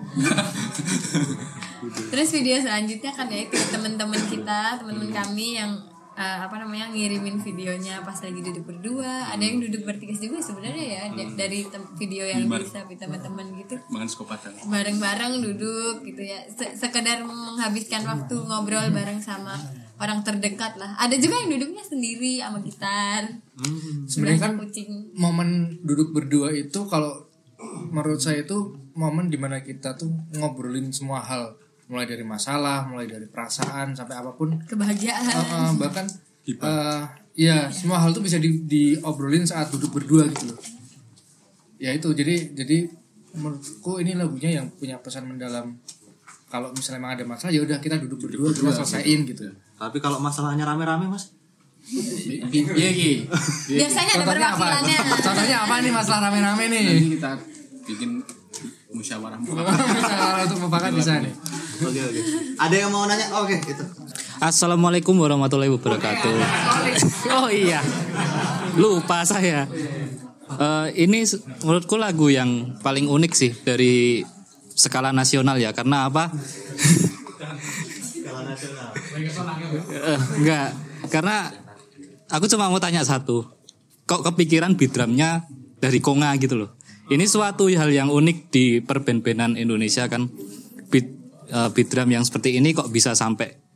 Terus video selanjutnya kan ya itu teman-teman kami yang ngirimin videonya pas lagi duduk berdua. Ada yang duduk bertiga juga sebenarnya ya dari video yang bisa teman-teman gitu. Makan sego padang. Bareng-bareng duduk gitu ya. Sekedar menghabiskan waktu ngobrol bareng sama orang terdekat lah. Ada juga yang duduknya sendiri sama gitar. Sebenarnya kan kucing. momen duduk berdua itu kalau menurut saya itu momen dimana kita tuh ngobrolin semua hal, mulai dari masalah, mulai dari perasaan sampai apapun, Kebahagiaan. bahkan ya semua hal tuh bisa diobrolin saat duduk berdua gitu loh. Ya itu jadi menurutku ini lagunya yang punya pesan mendalam. Kalau misalnya memang ada masalah ya udah kita duduk berdua kita selesaiin gitu. Tapi kalau masalahnya rame-rame Mas? Iya Ki. Biasanya ada perwakilannya. Contohnya apa nih masalah rame-rame nih? Nanti kita bikin musyawarah Misalnya untuk mufakat bisa nih. Oke. Ada yang mau nanya? Oke, itu. Assalamualaikum warahmatullahi wabarakatuh. Oh iya, lupa saya. Ini menurutku lagu yang paling unik sih dari skala nasional ya. Karena apa? Skala nasional. Enggak, karena aku cuma mau tanya satu. Kok kepikiran beat drumnya dari Konga gitu loh? Ini suatu hal yang unik di perband-bandan Indonesia kan. Beat drum yang seperti ini kok bisa sampai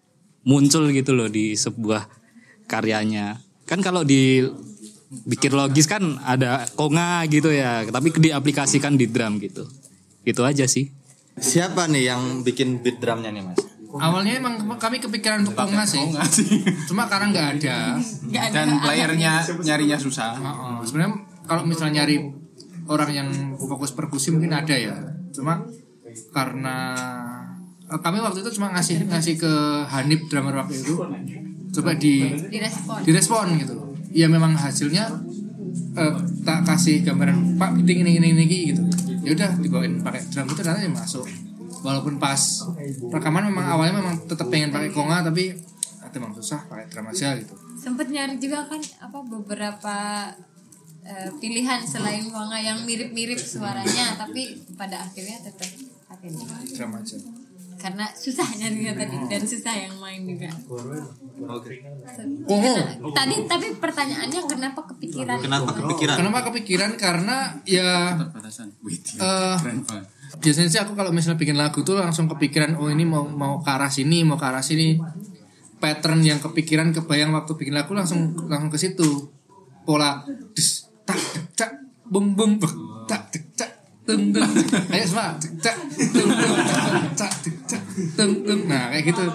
muncul gitu loh di sebuah karyanya. Kan kalau dibikin logis kan ada konga gitu ya, tapi diaplikasikan di drum gitu. Gitu aja sih. Siapa nih yang bikin beat drumnya nih Mas? Awalnya emang kami kepikiran untuk konga sih. Cuma karena nggak ada. Dan playernya nyarinya susah. Sebenarnya kalau misalnya nyari orang yang fokus perkusi mungkin ada ya. Cuma karena kami waktu itu cuma ngasih ke Hanif drummer waktu itu, coba direspon gitu. Ya memang hasilnya tak kasih gambaran Pak biting ini gitu. Ya udah dibawain pakai drum itu ternyata masuk. Walaupun pas rekaman memang awalnya memang tetap pengen pakai konga tapi memang susah pakai drum aja gitu. Sempet nyari juga kan beberapa pilihan selain konga yang mirip-mirip suaranya, tapi pada akhirnya tetap pakai drum aja. Karena susah nyarinya tadi dan susah yang main juga. Tadi tapi pertanyaannya kenapa kepikiran? Kenapa kepikiran? Karena ya biasanya sih aku kalau misalnya bikin lagu tuh langsung kepikiran ini mau ke arah sini, mau ke arah sini. Pattern yang kepikiran kebayang waktu bikin lagu langsung ke situ. Pola des tak cak bum bum tak cak tung tung. Ayo semua cak tung tung cak cak tung tung. Nah, kayak gitu.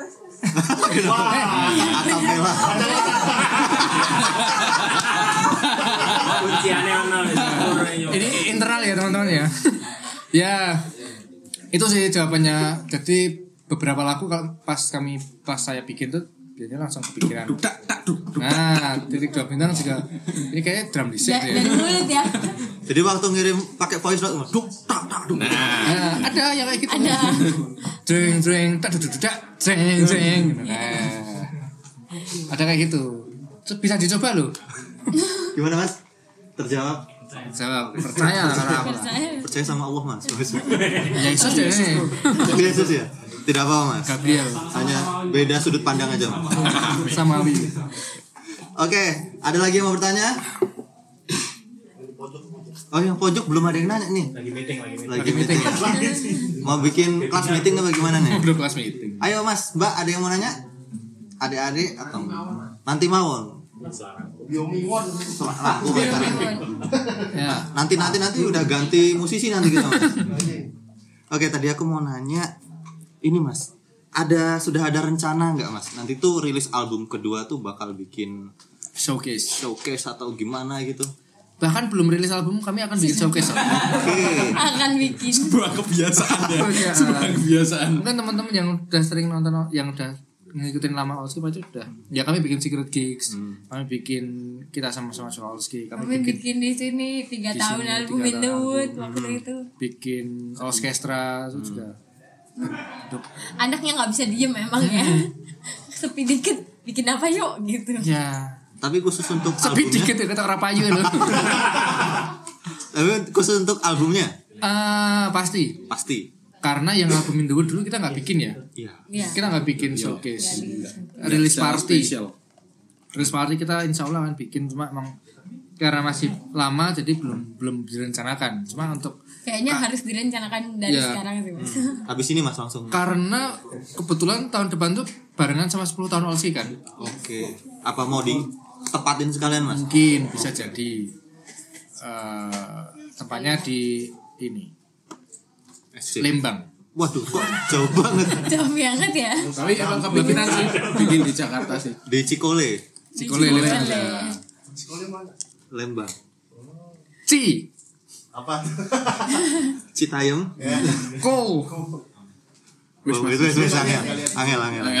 Ini internal ya teman-teman ya. Ya itu sih jawabannya. Jadi beberapa lagu kalau pas saya bikin tuh biasanya langsung kepikiran. Nah, titik dua bintang juga. Ini kayaknya drum disik ya. Dari mulut ya. Jadi waktu ngirim pakai voice note duk tak tak duk. Nah, ada yang kayak gitu. Ada. Dreng dreng tak duk tak dreng dreng. Nah. Ada kayak gitu. Terus bisa dicoba loh. Gimana Mas? Terjawab? Jawab. Percaya lah karena apa? Percaya sama Allah Mas. Yesus ya ini. Yesus ya. Tidak apa-apa Mas. Gabriel. Hanya beda sudut pandang aja Mas. Samawi. Oke, ada lagi yang mau bertanya? Oh yang pojok belum ada yang nanya nih. Lagi meeting ya. Mau bikin kelas meeting apa gimana nih? Belum kelas meeting. Ayo Mas, Mbak ada yang mau nanya? Adik-adik atau nanti mau? Ya. Nanti udah ganti musisi nanti kita Mas. Oke, tadi aku mau nanya ini Mas. Sudah ada rencana nggak Mas? Nanti tuh rilis album kedua tuh bakal bikin showcase atau gimana gitu? Bahkan belum rilis album kami akan bikin showcase. Akan bikin. Sebuah kebiasaan ya. Sebuah kebiasaan. Mungkin teman-teman yang udah sering nonton, yang udah ngikutin lama Olski pasti udah. Ya kami bikin secret gigs, kami bikin kita sama-sama soal Olski. Kami bikin di sini 3 tahun album Winwood waktu itu. Bikin orkestra itu juga. Anaknya nggak bisa diem emang ya. Sepi dikit bikin apa yuk gitu. Ya. Tapi khusus untuk sepi albumnya. dikit ya kata orang payu loh. Tapi khusus untuk albumnya. Pasti. Karena yang album Winwood dulu kita nggak bikin ya. Iya. Kita nggak bikin showcase. Release party. Release party kita insya Allah akan bikin, cuma emang karena masih lama jadi belum direncanakan. Cuma untuk kayaknya harus direncanakan dari sekarang sih Mas. Habis ini Mas langsung. Karena kebetulan tahun depan tuh barengan sama 10 tahun Olski kan. Oke. Apa mau ditepatin sekalian Mas? Mungkin bisa jadi tempatnya di ini Lembang. Waduh, kok jauh banget. Jauh banget ya. Tapi emang kepikiran sih bikin di Jakarta sih. Di Cikole Lembang. Apa? Citayam. Ko. Wis angel.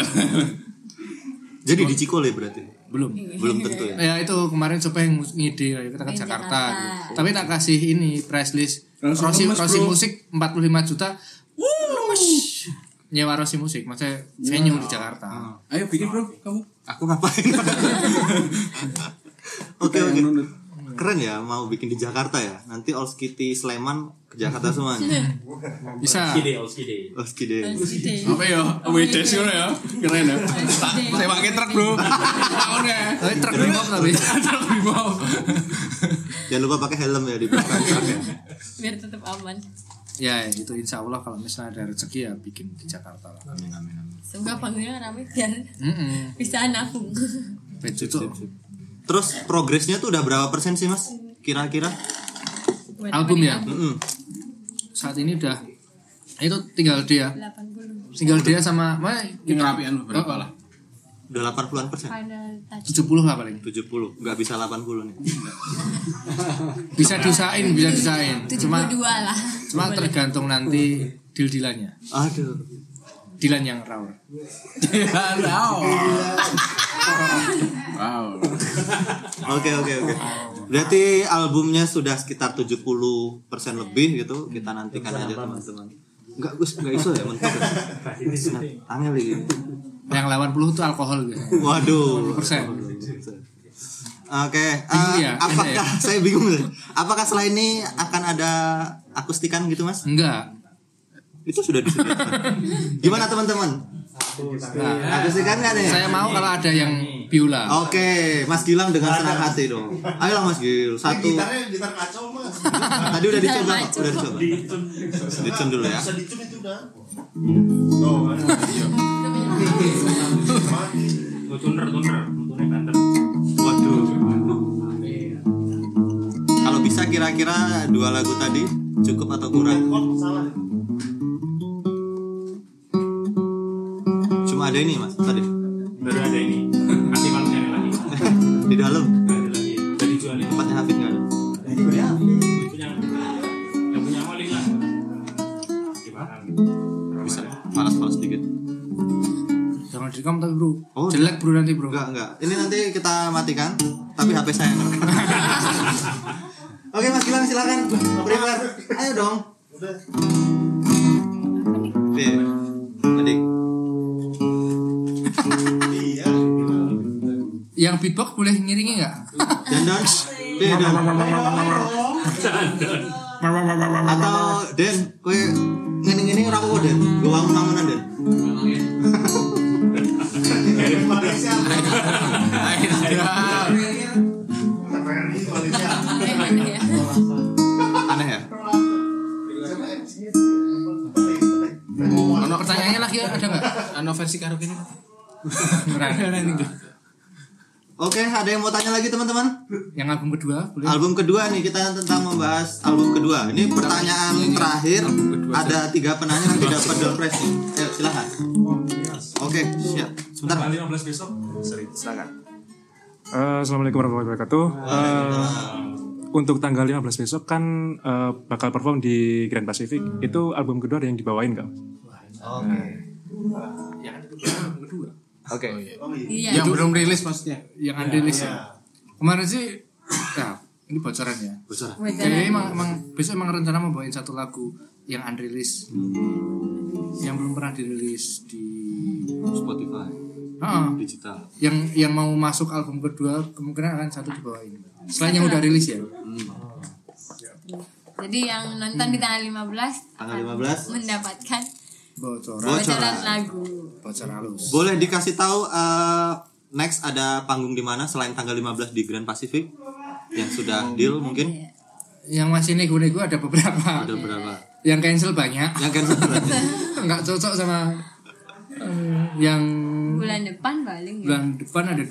Jadi di Cikole berarti. Belum tentu ya. Ya itu kemarin coba yang ngide kita ke Jakarta gitu. Tapi tak kasih ini price list Rossi Musik 45 juta. Nyewa Rossi Musik, maksudnya venue di Jakarta. Ayo bikin bro, kamu. Aku ngapain? Oke. Keren ya mau bikin di Jakarta ya. Nanti Olskiti Sleman ke Jakarta semua. Bisa. Olskide. Apa ya? WD sih ya. Keren ya. Saya pakai truk bro. Tahun ya. Tapi truk Brimob tapi. Truk Brimob. Jangan lupa pakai helm ya di belakang truk ya. Biar tetap aman. Ya itu insya Allah kalau misalnya ada rezeki ya bikin di Jakarta lah. Amin. Semoga panggilnya rame biar bisa nabung. Terus progresnya tuh udah berapa persen sih Mas? Kira-kira? Album ya? Saat ini udah itu tinggal dia 80. Tinggal dia sama ngerapian beberapa lah. Udah 80-an persen? Final touch. 70 lah paling. 70, nggak bisa 80 nih. Bisa diusahain. 72 lah. Cuma tergantung nanti deal-dealannya. Aduh. Dilan yang raw. Wow. Oke. Berarti albumnya sudah sekitar 70% lebih gitu. Kita nantikan aja teman-teman. Enggak iso ya mentok. Angel ini. Yang 80 itu alkohol gitu. Waduh. 80%. Oke, Ya, apakah saya bingung deh. Apakah setelah ini akan ada akustikan gitu Mas? Enggak. Itu sudah disediakan. Gimana teman-teman? Akustikan nggak nih? Saya mau kalau ada yang biola. Oke, Mas Gilang dengan senang hati dong. Ayolah Mas Gil, satu. Gitar kacau Mas. Tadi udah dicoba. Dicun dulu ya. Bisa dicun itu udah. Tuner banter. Waduh. Kalau bisa kira-kira 2 lagu tadi cukup atau kurang? Cuma ada ini Mas tadi. Baru ada ini. Nanti malam nyari lagi. Di dalam. Ada lagi. Udah dijualin. Tempatnya Hafid nggak ada. Yang punya Wali lah. Gimana? Bisa. Malas dikit. Jangan direkam tapi bro. Oh, jelek bro nanti bro. Enggak. Ini nanti kita matikan. Tapi HP saya enggak. Oke Mas Gilang silakan. Prepare. Ayo dong. Udah. Iya. Adik. Iya. Yang beatbox boleh ngiringi nggak? Dandan. Atau Den, kowe ngene-ngene ora apa Den? Gue wangun-wangunan Den. Dari Malaysia. Aneh ya? Ono pertanyaannya lagi ada nggak? Ano versi karaoke ini? Oke, ada yang mau tanya lagi teman-teman? Yang album kedua boleh? Album kedua nih, kita tentang membahas album kedua. Ini pertanyaan terakhir. Ada 3 penanya nanti dapat door prize nih. Ayo silakan. Oke, siap. Sebentar. 15 besok. Silakan. Assalamualaikum warahmatullahi wabarakatuh. Untuk tanggal 15 besok kan bakal perform di Grand Pacific. Itu album kedua ada yang dibawain nggak? Oke. Yang kedua. Oke. Iya. Yang belum rilis maksudnya. Yang unrilis ya. Kemarin sih, ya ini bocoran ya. Bocoran. Kayaknya emang besok emang rencana mau bawain 1 lagu yang unrilis, yang belum pernah dirilis di Spotify. Digital. Yang mau masuk album kedua kemungkinan akan 1 dibawain. Selain yang udah rilis ya. Jadi yang nonton di tanggal 15 Tanggal 15 mendapatkan Bocoran lagu. Bocor halus. boleh dikasih tahu next ada panggung di mana selain tanggal 15 di Grand Pacific yang sudah deal mungkin? Yang masih nego-nego ada beberapa. Ada berapa? Yang cancel banyak. Yang cancel berapa? Nggak cocok sama yang Bulan depan paling ya. bulan depan ada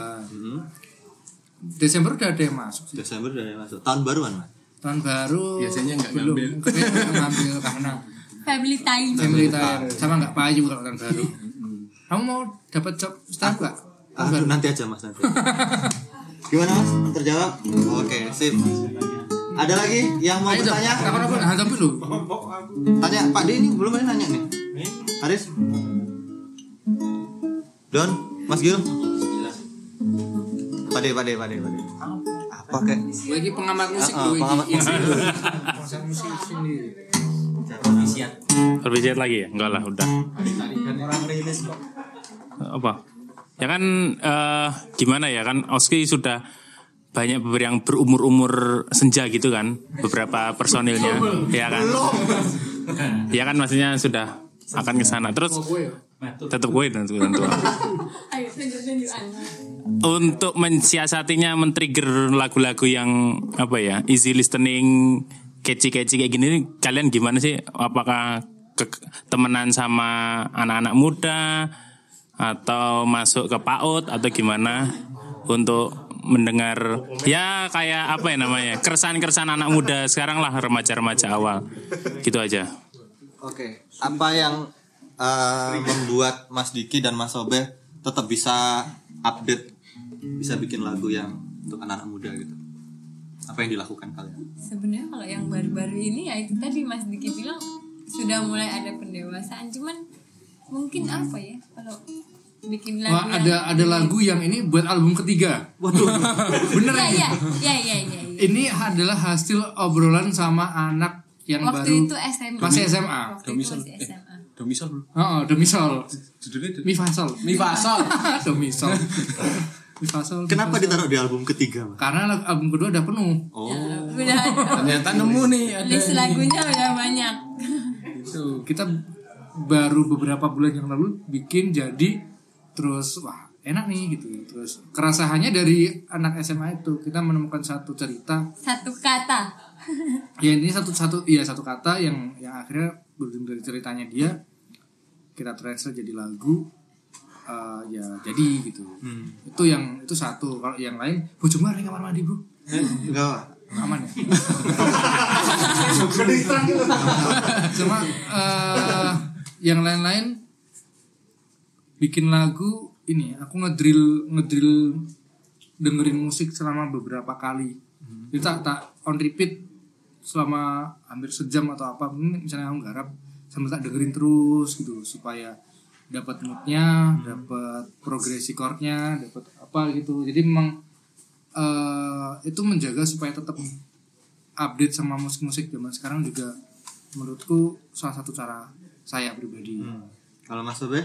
2. Desember udah ada yang masuk sih. Desember udah masuk. Tahun baruan, Mas. Tahun baru Biasanya nggak belum ngambil karena Family time. family time sama nggak payu kalau tahun baru. Kamu mau dapat job stand nggak? Nanti aja Mas nanti. Gimana Mas? Terjawab? Oke, sip. Ada lagi yang mau Ayo, bertanya? Nah, tapi lu. Tanya Pak D ini belum ada nanya nih. Haris? Don, Mas Gil? Pak D. Apa kayak? Lagi pengamat musik Ah, lu pengamat ini. musik. Pengamat musik sendiri. Perbicaraan lagi ya? Enggak lah, udah. Apa? Ya kan gimana ya kan Oski sudah banyak yang berumur-umur senja gitu kan beberapa personilnya ya kan. Ya kan maksudnya sudah akan ke sana terus tetap gue tentu. Ayo tunjuk-tunjukan. Untuk mensiasatinya men-trigger lagu-lagu yang apa ya easy listening keci-keci kayak gini nih, kalian gimana sih? Apakah temenan sama anak-anak muda atau masuk ke PAUD atau gimana untuk mendengar ya kayak apa ya namanya keresahan-keresahan anak muda sekarang lah, remaja-remaja awal gitu aja. Oke, apa yang membuat Mas Diki dan Mas Sobeh tetap bisa update, bisa bikin lagu yang untuk anak-anak muda gitu? Apa yang dilakukan kalian? Sebenarnya kalau yang baru-baru ini ya itu tadi Mas Diki bilang sudah mulai ada pendewasaan, cuman mungkin apa ya kalau bikin lagu. Wah, ada lagu yang ini buat album ketiga. Waduh. Bener ya? Ya. Ini adalah hasil obrolan sama anak yang waktu baru itu SMA. masih SMA. Domisol. Domisol belum? Oh, Domisol. Judulnya Mifasol. Domisol. Mifasol. Kenapa ditaruh di album ketiga? Karena album kedua udah penuh. Oh. Udah. Ternyata nemu nih ada. List lagunya udah banyak. Itu kita baru beberapa bulan yang lalu bikin jadi, terus wah enak nih gitu. Terus kerasahannya dari anak SMA itu kita menemukan satu cerita, satu kata. Ya ini satu kata yang akhirnya berujung dari ceritanya dia kita translate jadi lagu. Ya jadi gitu. Itu satu. Kalau yang lain bojomu ada kamar mandi bro? Enggak. Aman ya. Cuma yang lain-lain bikin lagu ini aku ngedrill dengerin musik selama beberapa kali. Jadi tak on repeat selama hampir sejam atau apa. Misalnya aku garap sambil tak dengerin terus gitu supaya dapat moodnya, dapat progresi chordnya, dapat apa gitu. Jadi memang itu menjaga supaya tetap update sama musik-musik zaman sekarang juga menurutku salah satu cara saya pribadi. Kalau Mas Sobeh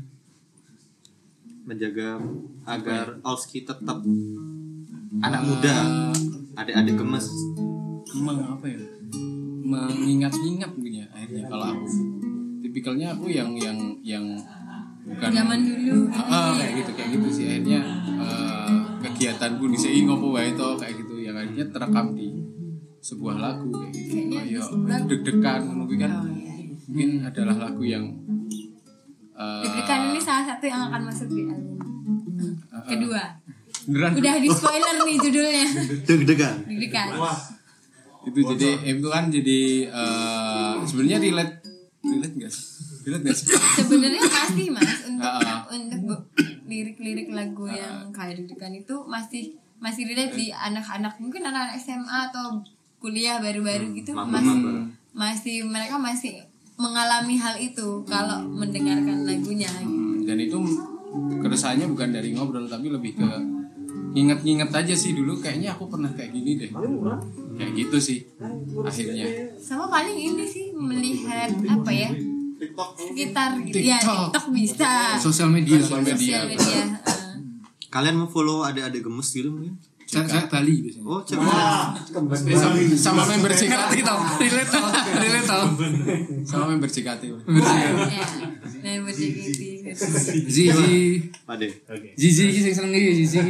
menjaga agar Olski tetap anak muda, adik-adik gemes. Apa ya? Mengingat-ingat mungkin ya akhirnya kalau aku. Tipikalnya aku yang bukan zaman dulu kayak gitu sih akhirnya kegiatanku di sini ngopo wae to kayak gitu yang akhirnya terekam di sebuah lagu kayak gitu. Kayak deg-degan menunggu kan mungkin adalah lagu yang deg-degan ini salah satu yang akan masuk di album kedua. Beneran? Udah di spoiler nih judulnya. Deg-degan. Itu jadi itu kan jadi sebenarnya relate nggak sih? Sebenarnya pasti Mas untuk lirik-lirik lagu yang kayak deg-degan itu masih relate di anak-anak, mungkin anak-anak SMA atau kuliah baru-baru gitu mereka masih mengalami hal itu kalau mendengarkan lagunya. Dan itu keresahannya bukan dari ngobrol tapi lebih ke nginget aja sih dulu kayaknya aku pernah kayak gini deh. Kayak gitu sih akhirnya. Sama paling ini sih melihat apa ya? Sekitar gitu. Ya, TikTok bisa. Sosial media. Kalian mau follow adik-adik gemes gitu mungkin? Saya Bali biasanya. Oh, sama member JKT tau. Relate tau. Sama member JKT. Member JKT. Zizi. Pade. Zizi sing seneng iki Zizi.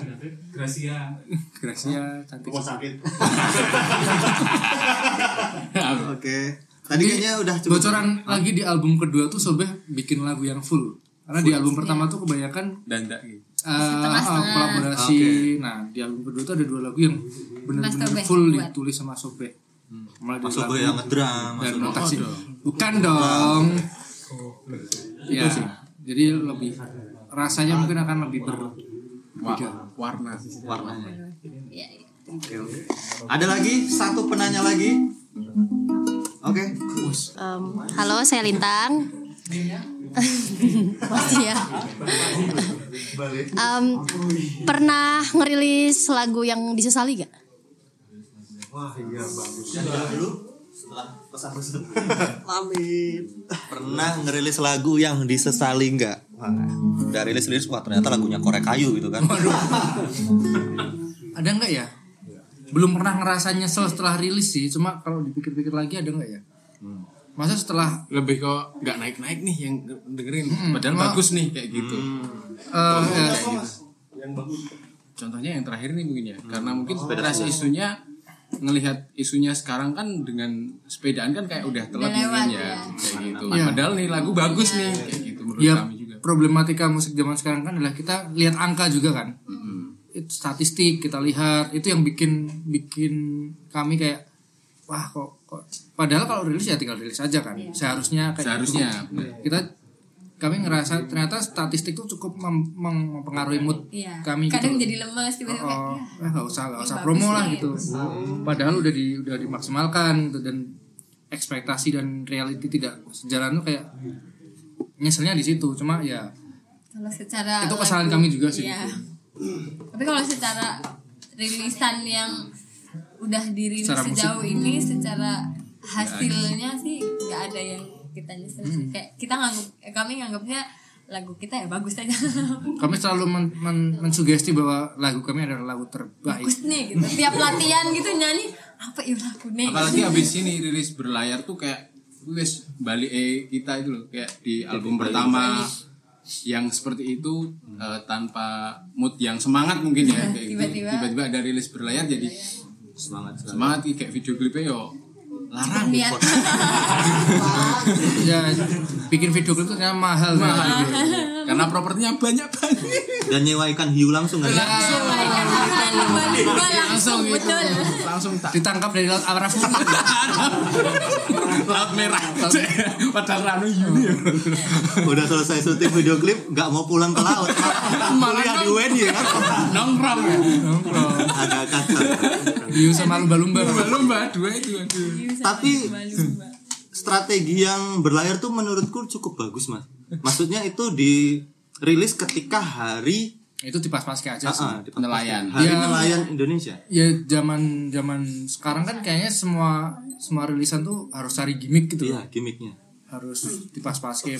Gracia cantik. Sakit. Oke. Tadi kayaknya udah coba bocoran lagi di album kedua tuh Sobeh bikin lagu yang full. Karena di album pertama tuh kebanyakan dandak gitu. Kolaborasi. Nah, di album kedua tuh ada 2 lagu yang benar-benar full ditulis sama Sobeh. Mas Sobeh yang ngedram, dan notasi. Bukan dong. Ya, jadi lebih rasanya mungkin akan lebih warna. Oke. Ada lagi satu penanya lagi. Oke. Halo, saya Lintang. Masih ya. Pernah ngerilis lagu yang disesali gak? Wah iya bagus. Dulu setelah pesan-pesan. Amin. Pernah ngerilis lagu yang disesali nggak? Udah rilis wah ternyata lagunya korek kayu gitu kan. Ada nggak ya? Belum pernah ngerasa nyesel setelah rilis sih. Cuma kalau dipikir-pikir lagi ada nggak ya? Masa setelah lebih kok nggak naik-naik nih yang dengerin, padahal bagus nih kayak gitu. Kayak gitu. Yang bagus. Contohnya yang terakhir nih mungkin ya, karena mungkin isunya ngelihat isunya sekarang kan dengan sepedaan kan kayak udah telat Udah lewat, mungkin ya ya. kayak gitu. Iya. Padahal nih lagu bagus nih kayak gitu menurut Ya kami juga. problematika musik zaman sekarang kan adalah kita lihat angka juga kan. Itu statistik kita lihat itu yang bikin kami kayak wah kok padahal kalau rilis ya tinggal rilis aja kan. Seharusnya kayak Seharusnya. gitu. Kami ngerasa ternyata statistik itu cukup mempengaruhi mood Iya. kami Kadang gitu. jadi lemes tiba-tiba Oh, kayak, nggak usah bagus promo lah nih, gitu. Padahal udah dimaksimalkan gitu dan ekspektasi dan reality tidak sejalan tuh kayak nyeselnya di situ. Cuma ya kalau secara itu kesalahan kami juga sih. Iya. Tapi kalau secara rilisan yang udah dirilis Secara musik. sejauh ini secara hasilnya sih nggak ada yang kita nyesel sih. Kayak kita kami nganggapnya lagu kita ya bagus aja. Kami selalu mensugesti bahwa lagu kami adalah lagu terbaik. Bagus nih gitu. Tiap latihan gitu nyanyi apa ya lagu nih. Apalagi abis ini rilis Berlayar tuh kayak wes balik kita itu loh kayak di album pertama yang seperti itu tanpa mood yang semangat mungkin ya kayak gitu. Tiba-tiba ada rilis Berlayar jadi semangat kayak video klipnya yo larang Niat. Ya bikin video klip itu ternyata mahal. gitu. Karena propertinya banyak banget. Dan nyewa ikan hiu langsung kan? Langsung gitu. betul. Langsung tak Ditangkap dari laut Arafuri. laut merah. Padahal ranu Yuni. Udah selesai syuting video klip, nggak mau pulang ke laut. Kuliah di UN ya kan? Nongkrong. Agak kacau. Hiu sama lumba-lumba. Lumba dua itu. Tapi strategi yang Berlayar tuh menurutku cukup bagus mas. Maksudnya itu dirilis ketika hari Itu dipas-paskan aja sih. Nelayan. Hari Ya. Nelayan Indonesia. Ya zaman sekarang kan kayaknya semua rilisan tuh harus cari gimmick gitu. Iya, gimmicknya. Harus dipas-paskan.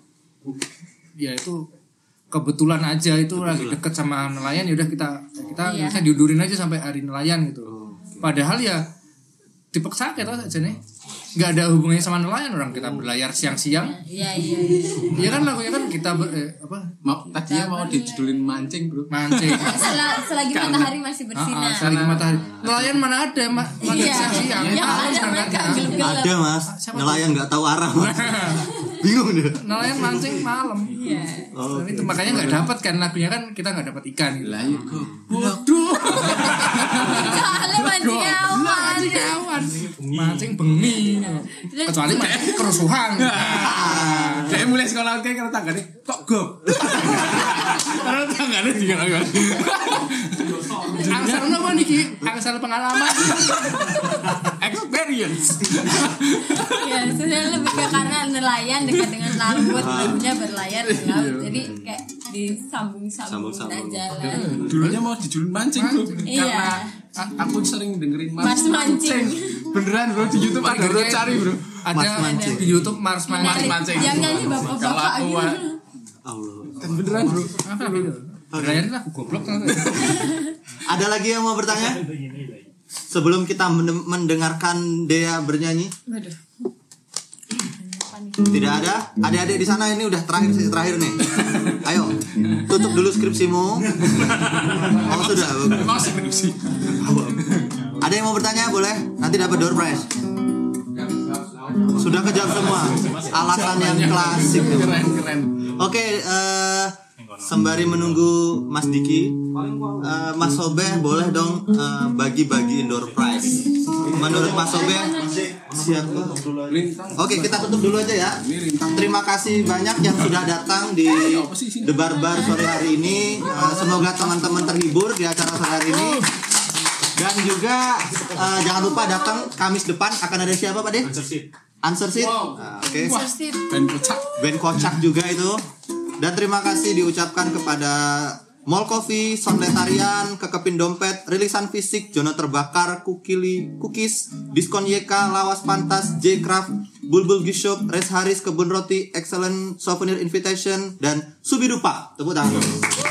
Ya itu kebetulan aja itu lagi deket sama nelayan ya udah kita diundurin aja sampai hari nelayan gitu. Padahal ya dipaksa kita aja nih. Nggak ada hubungannya sama nelayan, orang kita berlayar siang-siang. Iya. Iya kan lagunya kan kita Tadinya mau dijudulin mancing bro. mancing. Selagi matahari masih bersinar. Selagi matahari. Nelayan mana ada mancing Iya. siang-siang. Yang ada mereka gelap-gelap. Ada mas, nelayan nggak tahu arah mas. Bingung deh. Nelayan mancing malam. Iya. Oh, Dan itu makanya nggak dapat kan lagunya kan kita nggak dapat ikan gitu. Lah kok. Waduh. Soalnya mancing awan. Mancing bengi. Kecuali mancing kerusuhan. Dia mulai sekolah kayak kalau tanggane kok gob. Karena tanggane juga kan. Angsal apa niki? Angsal pengalaman. Experience. Ya sebenarnya lebih ke karena nelayan dekat dengan laut, lagunya berlayar di laut, jadi kayak disambung-sambung aja lah. Dulunya mau dijulun mancing bro. Iya. Karena aku sering dengerin Mas mancing. Beneran bro di YouTube ada bro cari bro. Ada di YouTube Mars mancing. Yang nyanyi bapak-bapak gitu. Allah. Dan beneran bro. Apa gitu? Berlayar itu aku goblok kan. Ada lagi yang mau bertanya? Sebelum kita mendengarkan Dea bernyanyi? Waduh. Tidak ada? Adik-adik di sana ini udah sesi terakhir nih. Ayo, tutup dulu skripsimu. Oh sudah. Mau skripsi. Ada yang mau bertanya? Boleh? Nanti dapat door prize. Sudah kejawab semua. Alasan yang klasik. Keren. Oke, sembari menunggu Mas Diki, Mas Sobeh boleh dong bagi-bagi indoor prize. Menurut Mas Sobeh siapa? Oke, kita tutup dulu aja ya. Terima kasih banyak yang sudah datang di The Barbar sore hari ini. Semoga teman-teman terhibur di acara sore hari ini. Dan juga jangan lupa datang Kamis depan akan ada siapa Pak De? Answer Sheet. Oke. Band Kocak juga itu. Dan terima kasih diucapkan kepada Mall Coffee, Sonletarian, Kekepin Dompet, Rilisan Fisik, Jono Terbakar, Cookies, Diskon YK, Lawas Pantas, J-Craft, Bulbul Gift Shop, Res Haris, Kebun Roti, Excellent Souvenir Invitation, dan Subidupa. Tepuk tangan.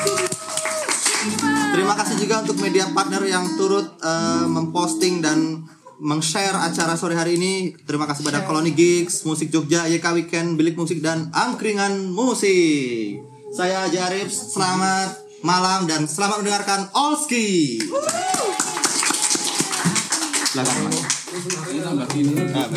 Terima kasih juga untuk media partner yang turut memposting dan meng-share acara sore hari ini. Terima kasih pada Koloni Gigs, Musik Jogja, YK Weekend, Bilik Musik, dan Angkringan Musik. Saya Jarif, selamat malam dan selamat mendengarkan Olski. Silakan Mas. Ini tambah gini.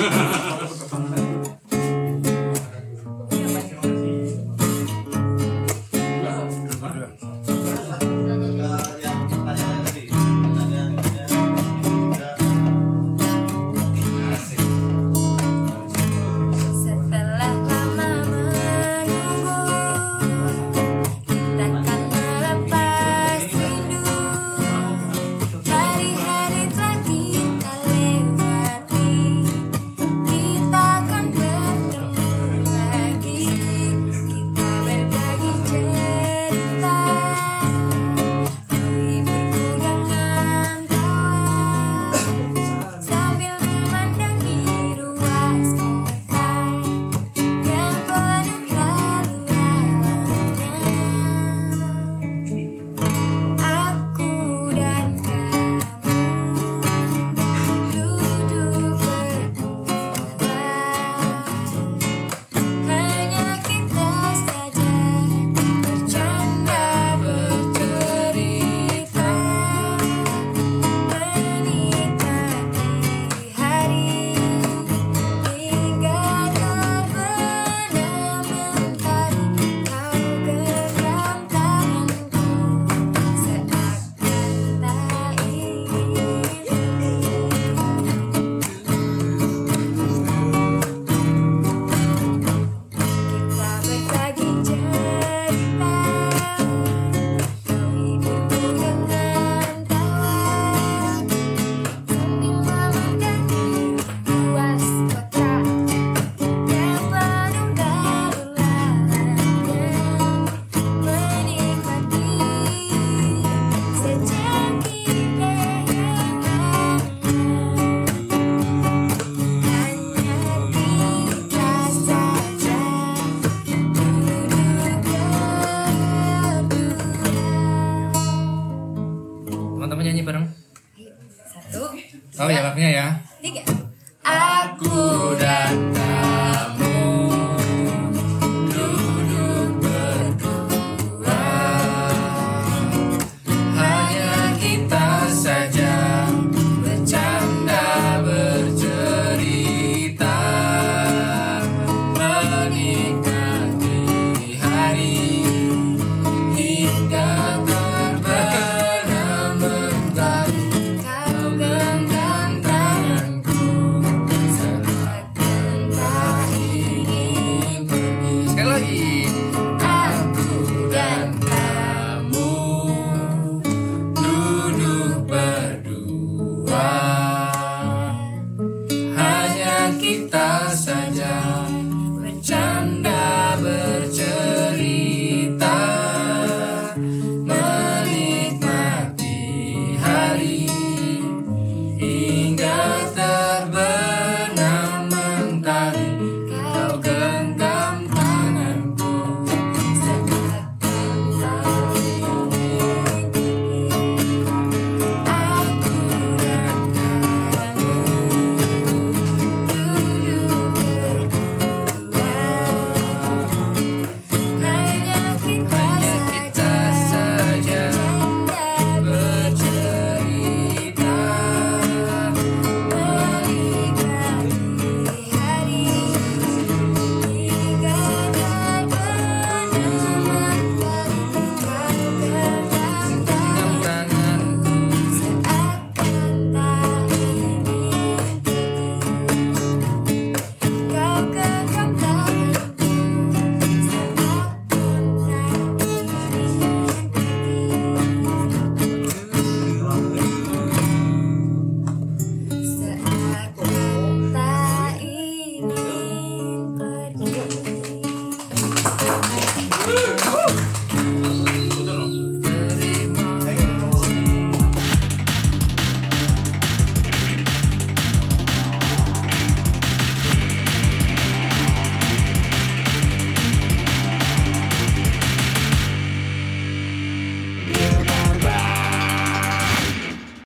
Setelah lama menunggu, kita akan melepas rindu. Hari-hari telah kita lewati, kita akan bertemu lagi. Kita berbagi cerita, menghibur dengan tawa, sambil memandangi ruas kota yang penuh lalu-lalang. Aku dan kamu duduk berdua, hanya kita saja bercanda bercerita, menikmati hari hingga terbenam mentari. Kau genggam tanganku seakan tak kita berbagi cerita, kau hidupku dengan tawa, sambil memandangi ruas kota yang penuh lalu-lalang, menikmati sejak kita yang hanya kita saja duduk berdua. Teman-teman nyanyi bareng. Satu, Oh ya, lagunya ya.